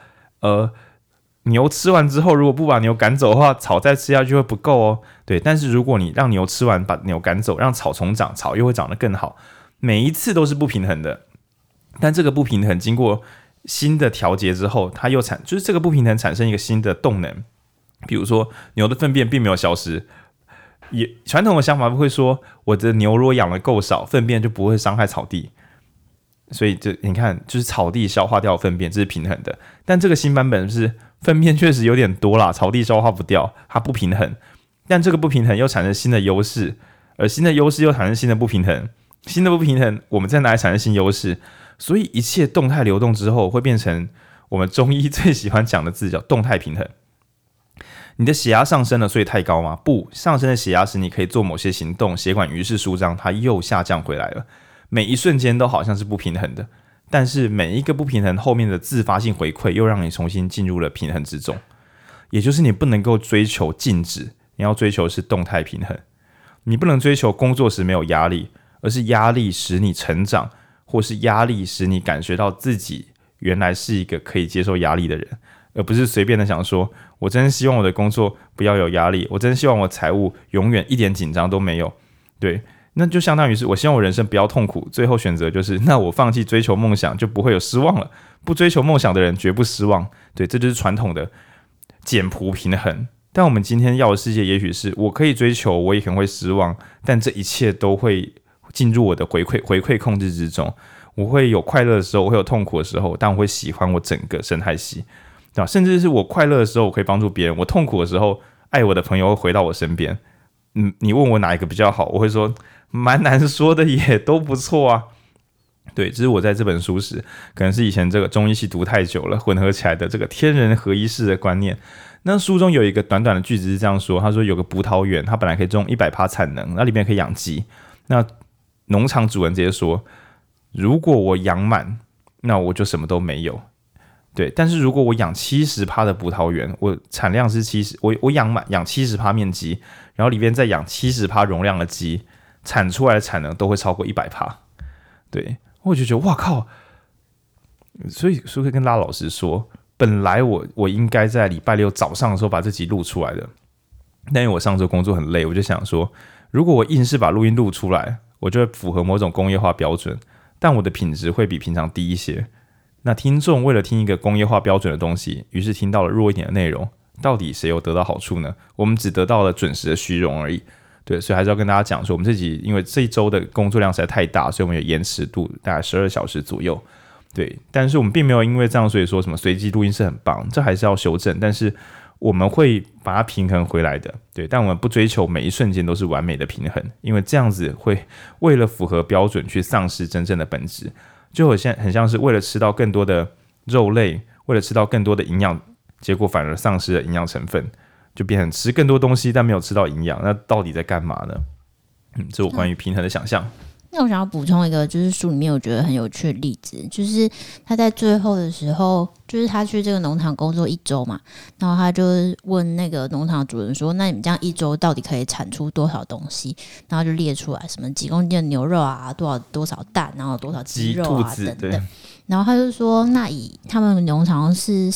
Speaker 1: 牛吃完之后，如果不把牛赶走的话，草再吃下去会不够哦。对，但是如果你让牛吃完，把牛赶走，让草重长，草又会长得更好。每一次都是不平衡的，但这个不平衡经过新的调节之后，它又就是这个不平衡产生一个新的动能。比如说牛的粪便并没有消失，也传统的想法会说，我的牛如果养的够少，粪便就不会伤害草地。所以你看，就是草地消化掉粪便，这是平衡的。但这个新版本是粪便确实有点多啦，草地消化不掉，它不平衡。但这个不平衡又产生新的优势，而新的优势又产生新的不平衡，新的不平衡我们在哪里产生新优势？所以一切动态流动之后，会变成我们中医最喜欢讲的字，叫动态平衡。你的血压上升了，所以太高吗？不，上升的血压时你可以做某些行动，血管于是舒张，它又下降回来了。每一瞬间都好像是不平衡的，但是每一个不平衡后面的自发性回馈又让你重新进入了平衡之中。也就是你不能够追求静止，你要追求的是动态平衡。你不能追求工作时没有压力，而是压力使你成长，或是压力使你感觉到自己原来是一个可以接受压力的人，而不是随便的想说，我真希望我的工作不要有压力，我真希望我财务永远一点紧张都没有。对，那就相当于是我希望我人生不要痛苦，最后选择就是那我放弃追求梦想就不会有失望了。不追求梦想的人绝不失望。对，这就是传统的简朴平衡。但我们今天要的世界也许是我可以追求，我也可能会失望，但这一切都会进入我的回馈控制之中。我会有快乐的时候，我会有痛苦的时候，但我会喜欢我整个生态系，对吧？甚至是我快乐的时候我可以帮助别人，我痛苦的时候爱我的朋友会回到我身边。你问我哪一个比较好，我会说蛮难说的，也都不错啊。对，这是我在这本书时，可能是以前这个中医系读太久了，混合起来的这个天人合一式的观念。那书中有一个短短的句子是这样说，他说有个葡萄园，它本来可以种 100% 产能，那里面可以养鸡。那农场主人直接说，如果我养满，那我就什么都没有。对，但是如果我养 70% 的葡萄园，我产量是70%，我养 70% 面积，然后里面再养 70% 容量的鸡，产出来的产能都会超过 100%。对，我就觉得哇靠！所以可以跟拉老师说，本来我应该在礼拜六早上的时候把这集录出来的，但因为我上周工作很累，我就想说，如果我硬是把录音录出来，我就会符合某种工业化标准，但我的品质会比平常低一些。那听众为了听一个工业化标准的东西，于是听到了弱一点的内容，到底谁有得到好处呢？我们只得到了准时的虚荣而已。对，所以还是要跟大家讲说，我们这集因为这一周的工作量实在太大，所以我们有延迟度大概12小时左右。对，但是我们并没有因为这样所以说什么随机录音是很棒，这还是要修正，但是我们会把它平衡回来的。对，但我们不追求每一瞬间都是完美的平衡，因为这样子会为了符合标准去丧失真正的本质。就很像是为了吃到更多的肉类，为了吃到更多的营养，结果反而丧失了营养成分，就变成吃更多东西但没有吃到营养，那到底在干嘛呢？这是我关于平衡的想象。
Speaker 3: 那我想要补充一个，就是书里面我觉得很有趣的例子，就是他在最后的时候，就是他去这个农场工作1周嘛，然后他就问那个农场主人说，那你们这样1周到底可以产出多少东西？然后就列出来什么几公斤的牛肉啊，多少蛋，然后多少鸡肉啊等等。然后他就说，那以他们农场是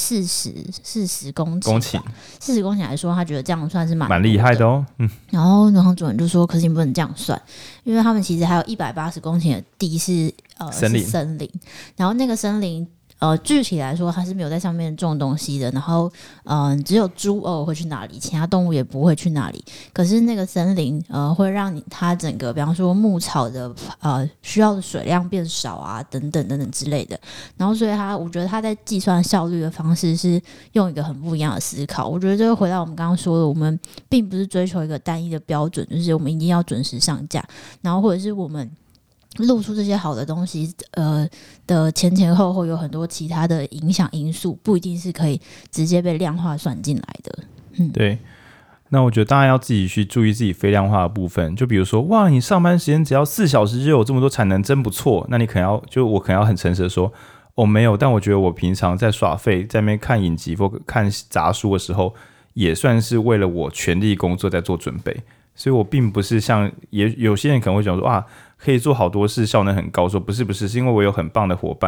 Speaker 3: 40公顷，40公顷来说，他觉得这样算是蛮
Speaker 1: 厉害的哦。
Speaker 3: 然后农场主人就说，可是你不能这样算，因为他们其实还有180公顷的地是森林，然后那个森林具体来说它是没有在上面种东西的，然后只有猪偶会去那里，其他动物也不会去那里。可是那个森林会让它整个比方说牧草的需要的水量变少啊，等等之类的。然后所以我觉得他在计算效率的方式是用一个很不一样的思考。我觉得这个回到我们刚刚说的，我们并不是追求一个单一的标准，就是我们一定要准时上架，然后或者是我们露出这些好的东西的前后有很多其他的影响因素，不一定是可以直接被量化算进来的。
Speaker 1: 对。那我觉得大家要自己去注意自己非量化的部分，就比如说，哇，你上班时间只要4小时就有这么多产能，真不错。那你可能我可能要很诚实的说，没有，但我觉得我平常在耍废，在那边看影集或看杂书的时候，也算是为了我全力工作在做准备。所以我并不是像有些人可能会讲说，可以做好多事，效能很高。说不是，是因为我有很棒的伙伴，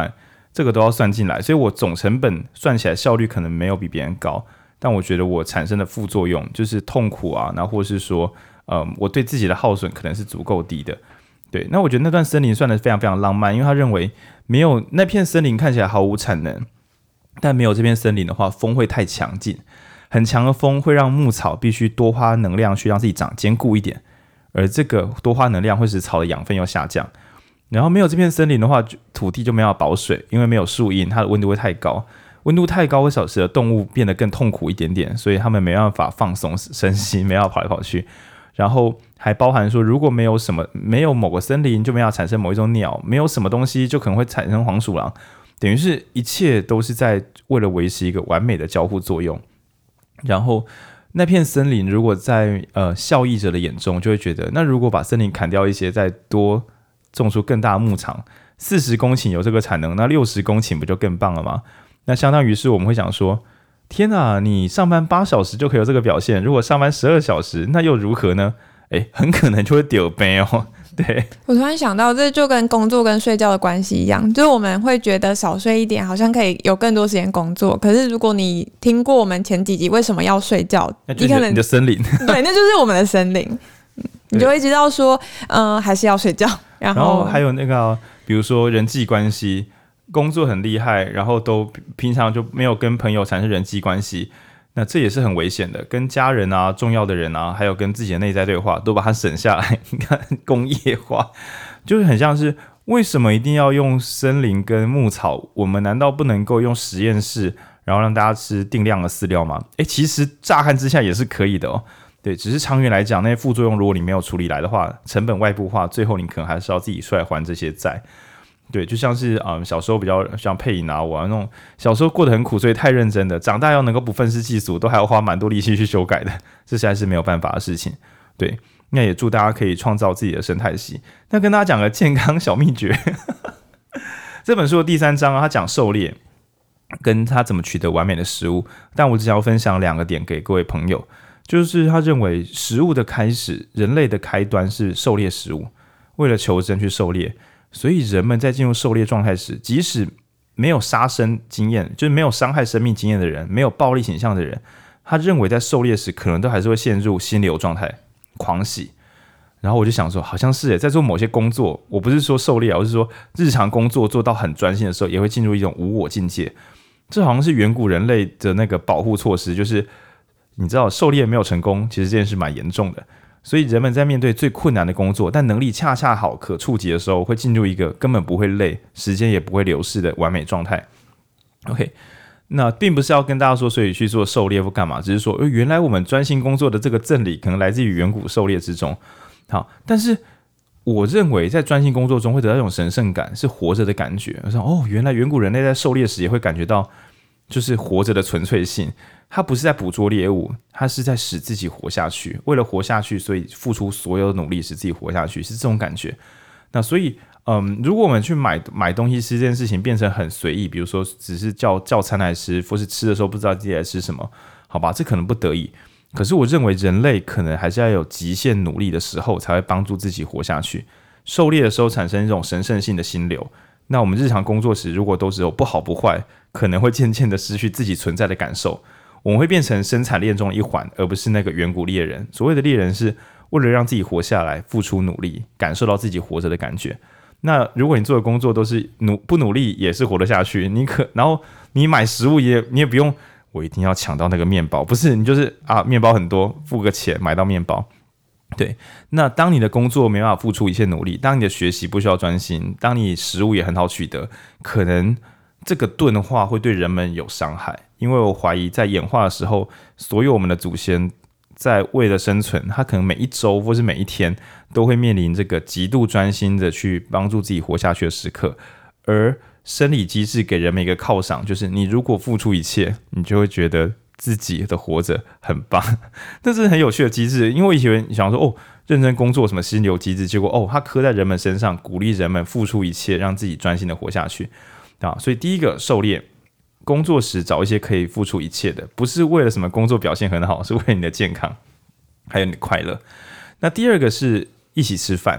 Speaker 1: 这个都要算进来，所以我总成本算起来效率可能没有比别人高，但我觉得我产生的副作用就是痛苦啊，然后或是说我对自己的耗损可能是足够低的。对，那我觉得那段森林算得非常非常浪漫，因为他认为没有那片森林看起来毫无产能，但没有这片森林的话，风会太强劲，很强的风会让牧草必须多花能量去让自己长坚固一点，而这个多花能量会使草的养分又下降。然后没有这片森林的话，土地就没有保水，因为没有树荫，它的温度会太高，温度太高会使得动物变得更痛苦一点点，所以它们没办法放松身心，没办法跑来跑去。然后还包含说，如果没有某个森林，就没有产生某一种鸟，没有什么东西就可能会产生黄鼠狼，等于是一切都是在为了维持一个完美的交互作用。然后那片森林如果在效益者的眼中，就会觉得，那如果把森林砍掉一些，再多种出更大的牧场，40公顷有这个产能，那60公顷不就更棒了吗？那相当于是我们会想说，天哪，你上班8小时就可以有这个表现，如果上班12小时，那又如何呢？很可能就会丢杯哦。对，
Speaker 2: 我突然想到，这就跟工作跟睡觉的关系一样，就是我们会觉得少睡一点好像可以有更多时间工作，可是如果你听过我们前几集为什么要睡觉，
Speaker 1: 那就是你的森林。
Speaker 2: 对，那就是我们的森林。你就会知道说还是要睡觉。然后
Speaker 1: 还有那个比如说人际关系，工作很厉害，然后都平常就没有跟朋友产生人际关系，那这也是很危险的。跟家人啊、重要的人啊，还有跟自己的内在对话，都把它省下来。你看工业化，就是很像是为什么一定要用森林跟牧草？我们难道不能够用实验室，然后让大家吃定量的饲料吗？其实乍看之下也是可以的哦。对，只是长远来讲，那些副作用如果你没有处理来的话，成本外部化，最后你可能还是要自己出来还这些债。对，就像是小时候比较像佩颖啊，我那种小时候过得很苦，所以太认真的，长大要能够不愤世嫉俗，都还要花蛮多力气去修改的，这实在是没有办法的事情。对，那也祝大家可以创造自己的生态系。那跟大家讲个健康小秘诀，这本书的第3章他讲狩猎，跟他怎么取得完美的食物。但我只想要分享2个点给各位朋友。就是他认为食物的开始，人类的开端是狩猎食物，为了求生去狩猎，所以人们在进入狩猎状态时，即使没有杀生经验，就是没有伤害生命经验的人，没有暴力倾向的人，他认为在狩猎时可能都还是会陷入心流状态，狂喜。然后我就想说，好像是在做某些工作，我不是说狩猎，我是说日常工作做到很专心的时候，也会进入一种无我境界。这好像是远古人类的那个保护措施，就是你知道狩猎没有成功，其实这件事蛮严重的，所以人们在面对最困难的工作，但能力恰恰好可触及的时候，会进入一个根本不会累，时间也不会流逝的完美状态。OK， 那并不是要跟大家说，所以去做狩猎或干嘛，只是说，原来我们专心工作的这个正理，可能来自于远古狩猎之中。好，但是我认为在专心工作中会得到一种神圣感，是活着的感觉。我说，原来远古人类在狩猎时也会感觉到，就是活着的纯粹性。他不是在捕捉猎物，他是在使自己活下去。为了活下去，所以付出所有的努力使自己活下去，是这种感觉。那所以，如果我们去买东西吃这件事情变成很随意，比如说只是叫餐来吃，或是吃的时候不知道自己在吃什么，好吧，这可能不得已。可是我认为人类可能还是要有极限努力的时候，才会帮助自己活下去。狩猎的时候产生一种神圣性的心流。那我们日常工作时，如果都只有不好不坏，可能会渐渐的失去自己存在的感受。我们会变成生产链中的一环，而不是那个远古猎人。所谓的猎人是为了让自己活下来，付出努力，感受到自己活着的感觉。那如果你做的工作都是不努力也是活得下去，然后你买食物你也不用我一定要抢到那个面包，不是，你就是面包很多，付个钱买到面包。对，那当你的工作没办法付出一切努力，当你的学习不需要专心，当你食物也很好取得，可能这个钝化会对人们有伤害。因为我怀疑在演化的时候，所有我们的祖先在为了生存，他可能每一周或是每一天都会面临这个极度专心的去帮助自己活下去的时刻。而生理机制给人们一个犒赏，就是你如果付出一切，你就会觉得自己的活着很棒。这是很有趣的机制，因为我以前想说认真工作什么心流机制，结果它刻在人们身上，鼓励人们付出一切，让自己专心的活下去。所以第一个狩猎，工作时找一些可以付出一切的，不是为了什么工作表现很好，是为了你的健康还有你的快乐。那第二个是一起吃饭，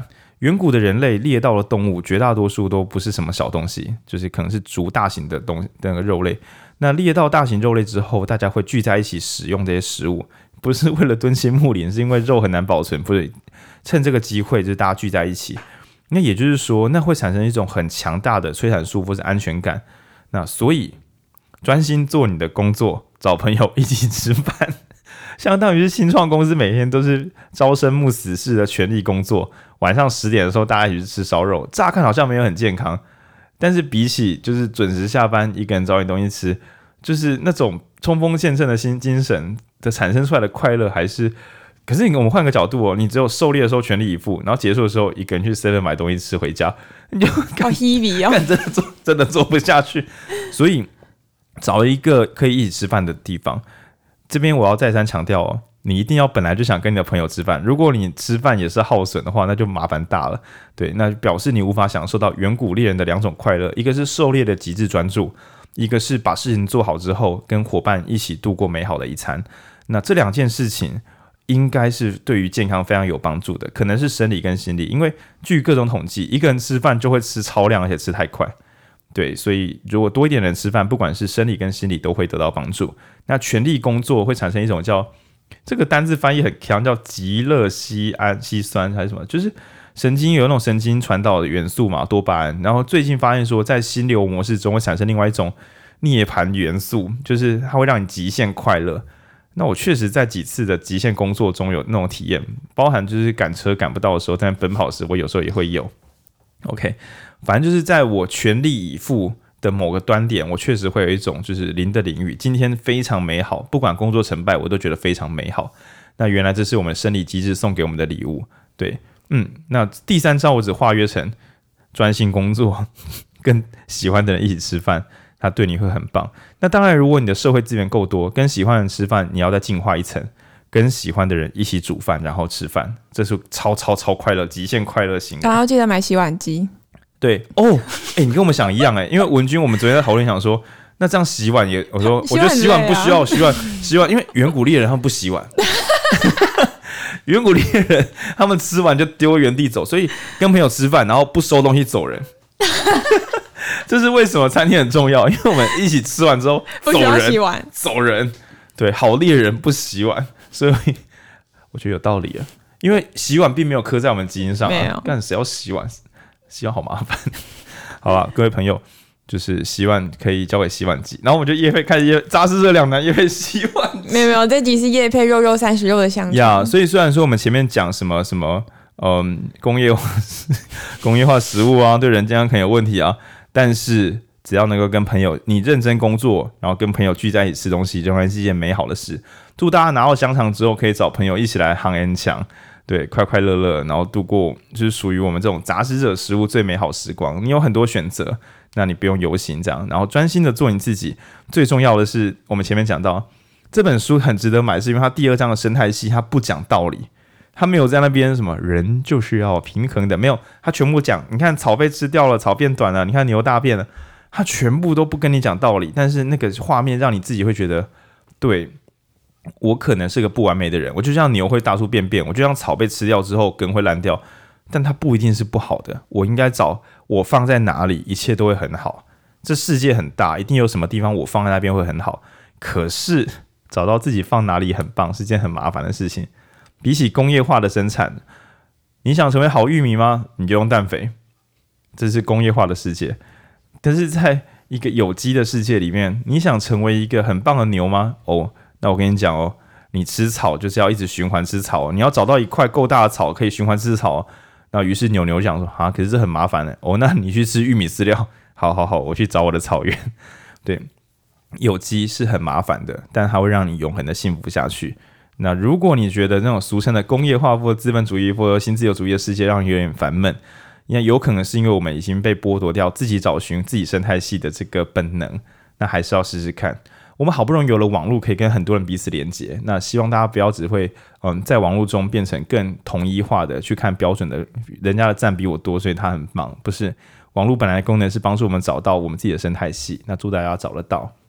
Speaker 1: 远古的人类猎到的动物绝大多数都不是什么小东西，就是可能是足大型的那个肉类。那猎到大型肉类之后，大家会聚在一起使用这些食物，不是为了敦亲睦邻，是因为肉很难保存，不是趁这个机会就是大家聚在一起。那也就是说，那会产生一种很强大的催产素或是安全感。那所以专心做你的工作，找朋友一起吃饭，相当于是新创公司每天都是朝生暮死式的全力工作。晚上10点的时候，大家一起去吃烧肉，乍看好像没有很健康，但是比起就是准时下班，一个人找点东西吃，就是那种冲锋陷阵的精神的产生出来的快乐，还是。可是我们换个角度你只有狩猎的时候全力以赴，然后结束的时候一个人去 7 买东西吃回家，你就
Speaker 2: 好 heavy 哦，
Speaker 1: 真的做不下去。所以找了一个可以一起吃饭的地方。这边我要再三强调你一定要本来就想跟你的朋友吃饭，如果你吃饭也是耗损的话，那就麻烦大了。对，那表示你无法享受到远古猎人的2种快乐，一个是狩猎的极致专注，一个是把事情做好之后跟伙伴一起度过美好的一餐。那这2件事情应该是对于健康非常有帮助的，可能是生理跟心理，因为据各种统计，一个人吃饭就会吃超量，而且吃太快。对，所以如果多一点人吃饭，不管是生理跟心理都会得到帮助。那全力工作会产生一种叫这个单字翻译很强，叫极乐烯酸还是什么，就是神经有那种神经传导的元素嘛，多巴胺。然后最近发现说，在心流模式中会产生另外一种涅槃元素，就是它会让你极限快乐。那我确实在几次的极限工作中有那种体验，包含就是赶车赶不到的时候，但奔跑时我有时候也会有。OK， 反正就是在我全力以赴的某个端点，我确实会有一种就是零的领域，今天非常美好，不管工作成败，我都觉得非常美好。那原来这是我们生理机制送给我们的礼物。对，那第3招我只化约成专心工作，跟喜欢的人一起吃饭。他对你会很棒。那当然，如果你的社会资源够多，跟喜欢的人吃饭，你要再进化一层，跟喜欢的人一起煮饭，然后吃饭，这是超快乐、极限快乐型的。
Speaker 2: 然后记得买洗碗机。
Speaker 1: 对你跟我们想一样因为文君，我们昨天在讨论想说，那这样洗碗也，我觉得洗碗不需要洗碗，因为远古猎人他们不洗碗。远古猎人他们吃完就丢原地走，所以跟朋友吃饭，然后不收东西走人。这是为什么餐厅很重要，因为我们一起吃完之后走人。对，好猎人不洗碗，所以我觉得有道理了。因为洗碗并没有刻在我们基因上干谁要洗碗？洗碗好麻烦。好吧，各位朋友，就是洗碗可以交给洗碗机，然后我们就开始杂事这2难业配洗碗机。
Speaker 2: 没有，这集是业配肉30肉的香肠。
Speaker 1: 所以虽然说我们前面讲什么工业化食物对人健康可能有问题但是只要能够跟朋友你认真工作，然后跟朋友聚在一起吃东西，仍然是一件美好的事。祝大家拿到香肠之后，可以找朋友一起来夯 N 墙，对，快快乐乐，然后度过就是属于我们这种杂食者食物最美好时光。你有很多选择，那你不用游行这样，然后专心的做你自己。最重要的是，我们前面讲到这本书很值得买，是因为它第2章的生态系，它不讲道理。他没有在那边什么人就是要平衡的，没有，他全部讲。你看草被吃掉了，草变短了，你看牛大便了，他全部都不跟你讲道理。但是那个画面让你自己会觉得，对，我可能是个不完美的人，我就像牛会大出便便，我就像草被吃掉之后根会烂掉，但它不一定是不好的。我应该找我放在哪里，一切都会很好。这世界很大，一定有什么地方我放在那边会很好。可是找到自己放哪里很棒，是件很麻烦的事情。比起工业化的生产，你想成为好玉米吗？你就用氮肥，这是工业化的世界。但是在一个有机的世界里面，你想成为一个很棒的牛吗？那我跟你讲你吃草就是要一直循环吃草你要找到一块够大的草可以循环吃草那于是牛讲说可是这很麻烦的那你去吃玉米饲料，好，我去找我的草原。对，有机是很麻烦的，但它会让你永恒的幸福下去。那如果你觉得那种俗称的工业化或资本主义或新自由主义的世界让你有点烦闷，有可能是因为我们已经被剥夺掉自己找寻自己生态系的这个本能，那还是要试试看。我们好不容易有了网络可以跟很多人彼此连接，那希望大家不要只会在网络中变成更统一化的去看标准的人家的赞比我多所以他很忙，不是，网络本来的功能是帮助我们找到我们自己的生态系，那祝大家找得到。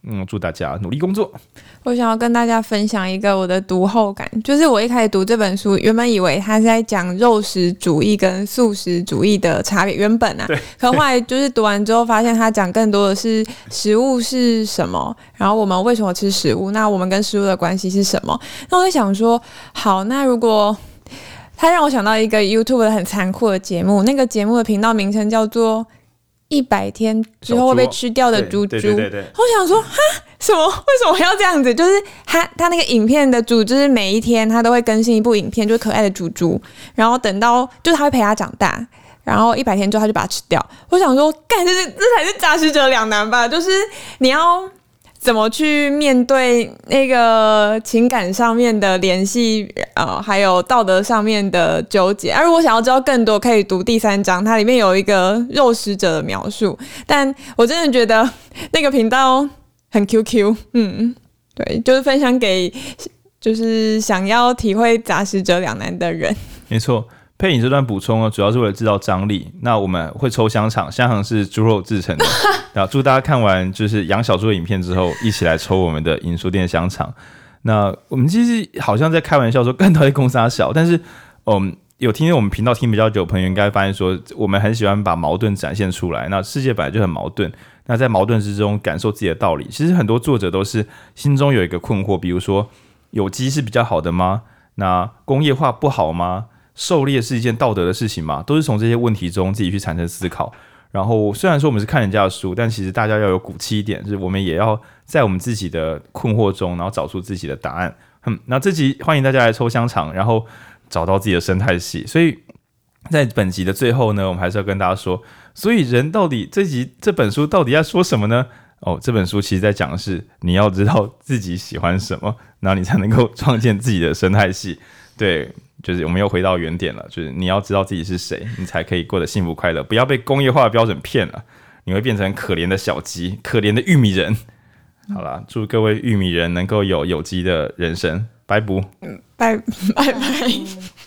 Speaker 1: 祝大家努力工作。
Speaker 2: 我想要跟大家分享一个我的读后感，就是我一开始读这本书，原本以为他是在讲肉食主义跟素食主义的差别，原本啊，可后来就是读完之后发现他讲更多的是食物是什么，然后我们为什么吃食物，那我们跟食物的关系是什么。那我在想说，好，那如果他让我想到一个 YouTube 很残酷的节目，那个节目的频道名称叫做100天之后会被吃掉的猪猪。
Speaker 1: 对，
Speaker 2: 我想说，哈，什么？为什么要这样子？就是他那个影片的主，就是每一天他都会更新一部影片，就是可爱的猪猪，然后等到就是他会陪他长大，然后100天之后他就把它吃掉。我想说，干，这才是杂食者两难吧？就是你要怎么去面对那个情感上面的联系，还有道德上面的纠结。如果想要知道更多，可以读第3章，它里面有一个肉食者的描述。但我真的觉得那个频道很 QQ， 对，就是分享给就是想要体会杂食者两难的人。
Speaker 1: 没错。配影这段补充呢，主要是为了制造张力。那我们会抽香肠，香肠是猪肉制成的。然后祝大家看完就是养小猪的影片之后，一起来抽我们的影书店香肠。那我们其实好像在开玩笑说，干到底公司小，但是有听我们频道听比较久的朋友应该发现说，我们很喜欢把矛盾展现出来。那世界本来就很矛盾，那在矛盾之中感受自己的道理。其实很多作者都是心中有一个困惑，比如说有机是比较好的吗？那工业化不好吗？狩猎是一件道德的事情吗？都是从这些问题中自己去产生思考。然后虽然说我们是看人家的书，但其实大家要有骨气一点，就是我们也要在我们自己的困惑中，然后找出自己的答案。那这集欢迎大家来抽香肠，然后找到自己的生态系。所以在本集的最后呢，我们还是要跟大家说，所以人到底这本书到底要说什么呢？这本书其实在讲的是你要知道自己喜欢什么，然后你才能够创建自己的生态系。对，就是我们又回到原点了，就是你要知道自己是谁，你才可以过得幸福快乐，不要被工业化的标准骗了，你会变成可怜的小鸡，可怜的玉米人。好啦，祝各位玉米人能够有机的人生，拜拜。
Speaker 2: 拜拜。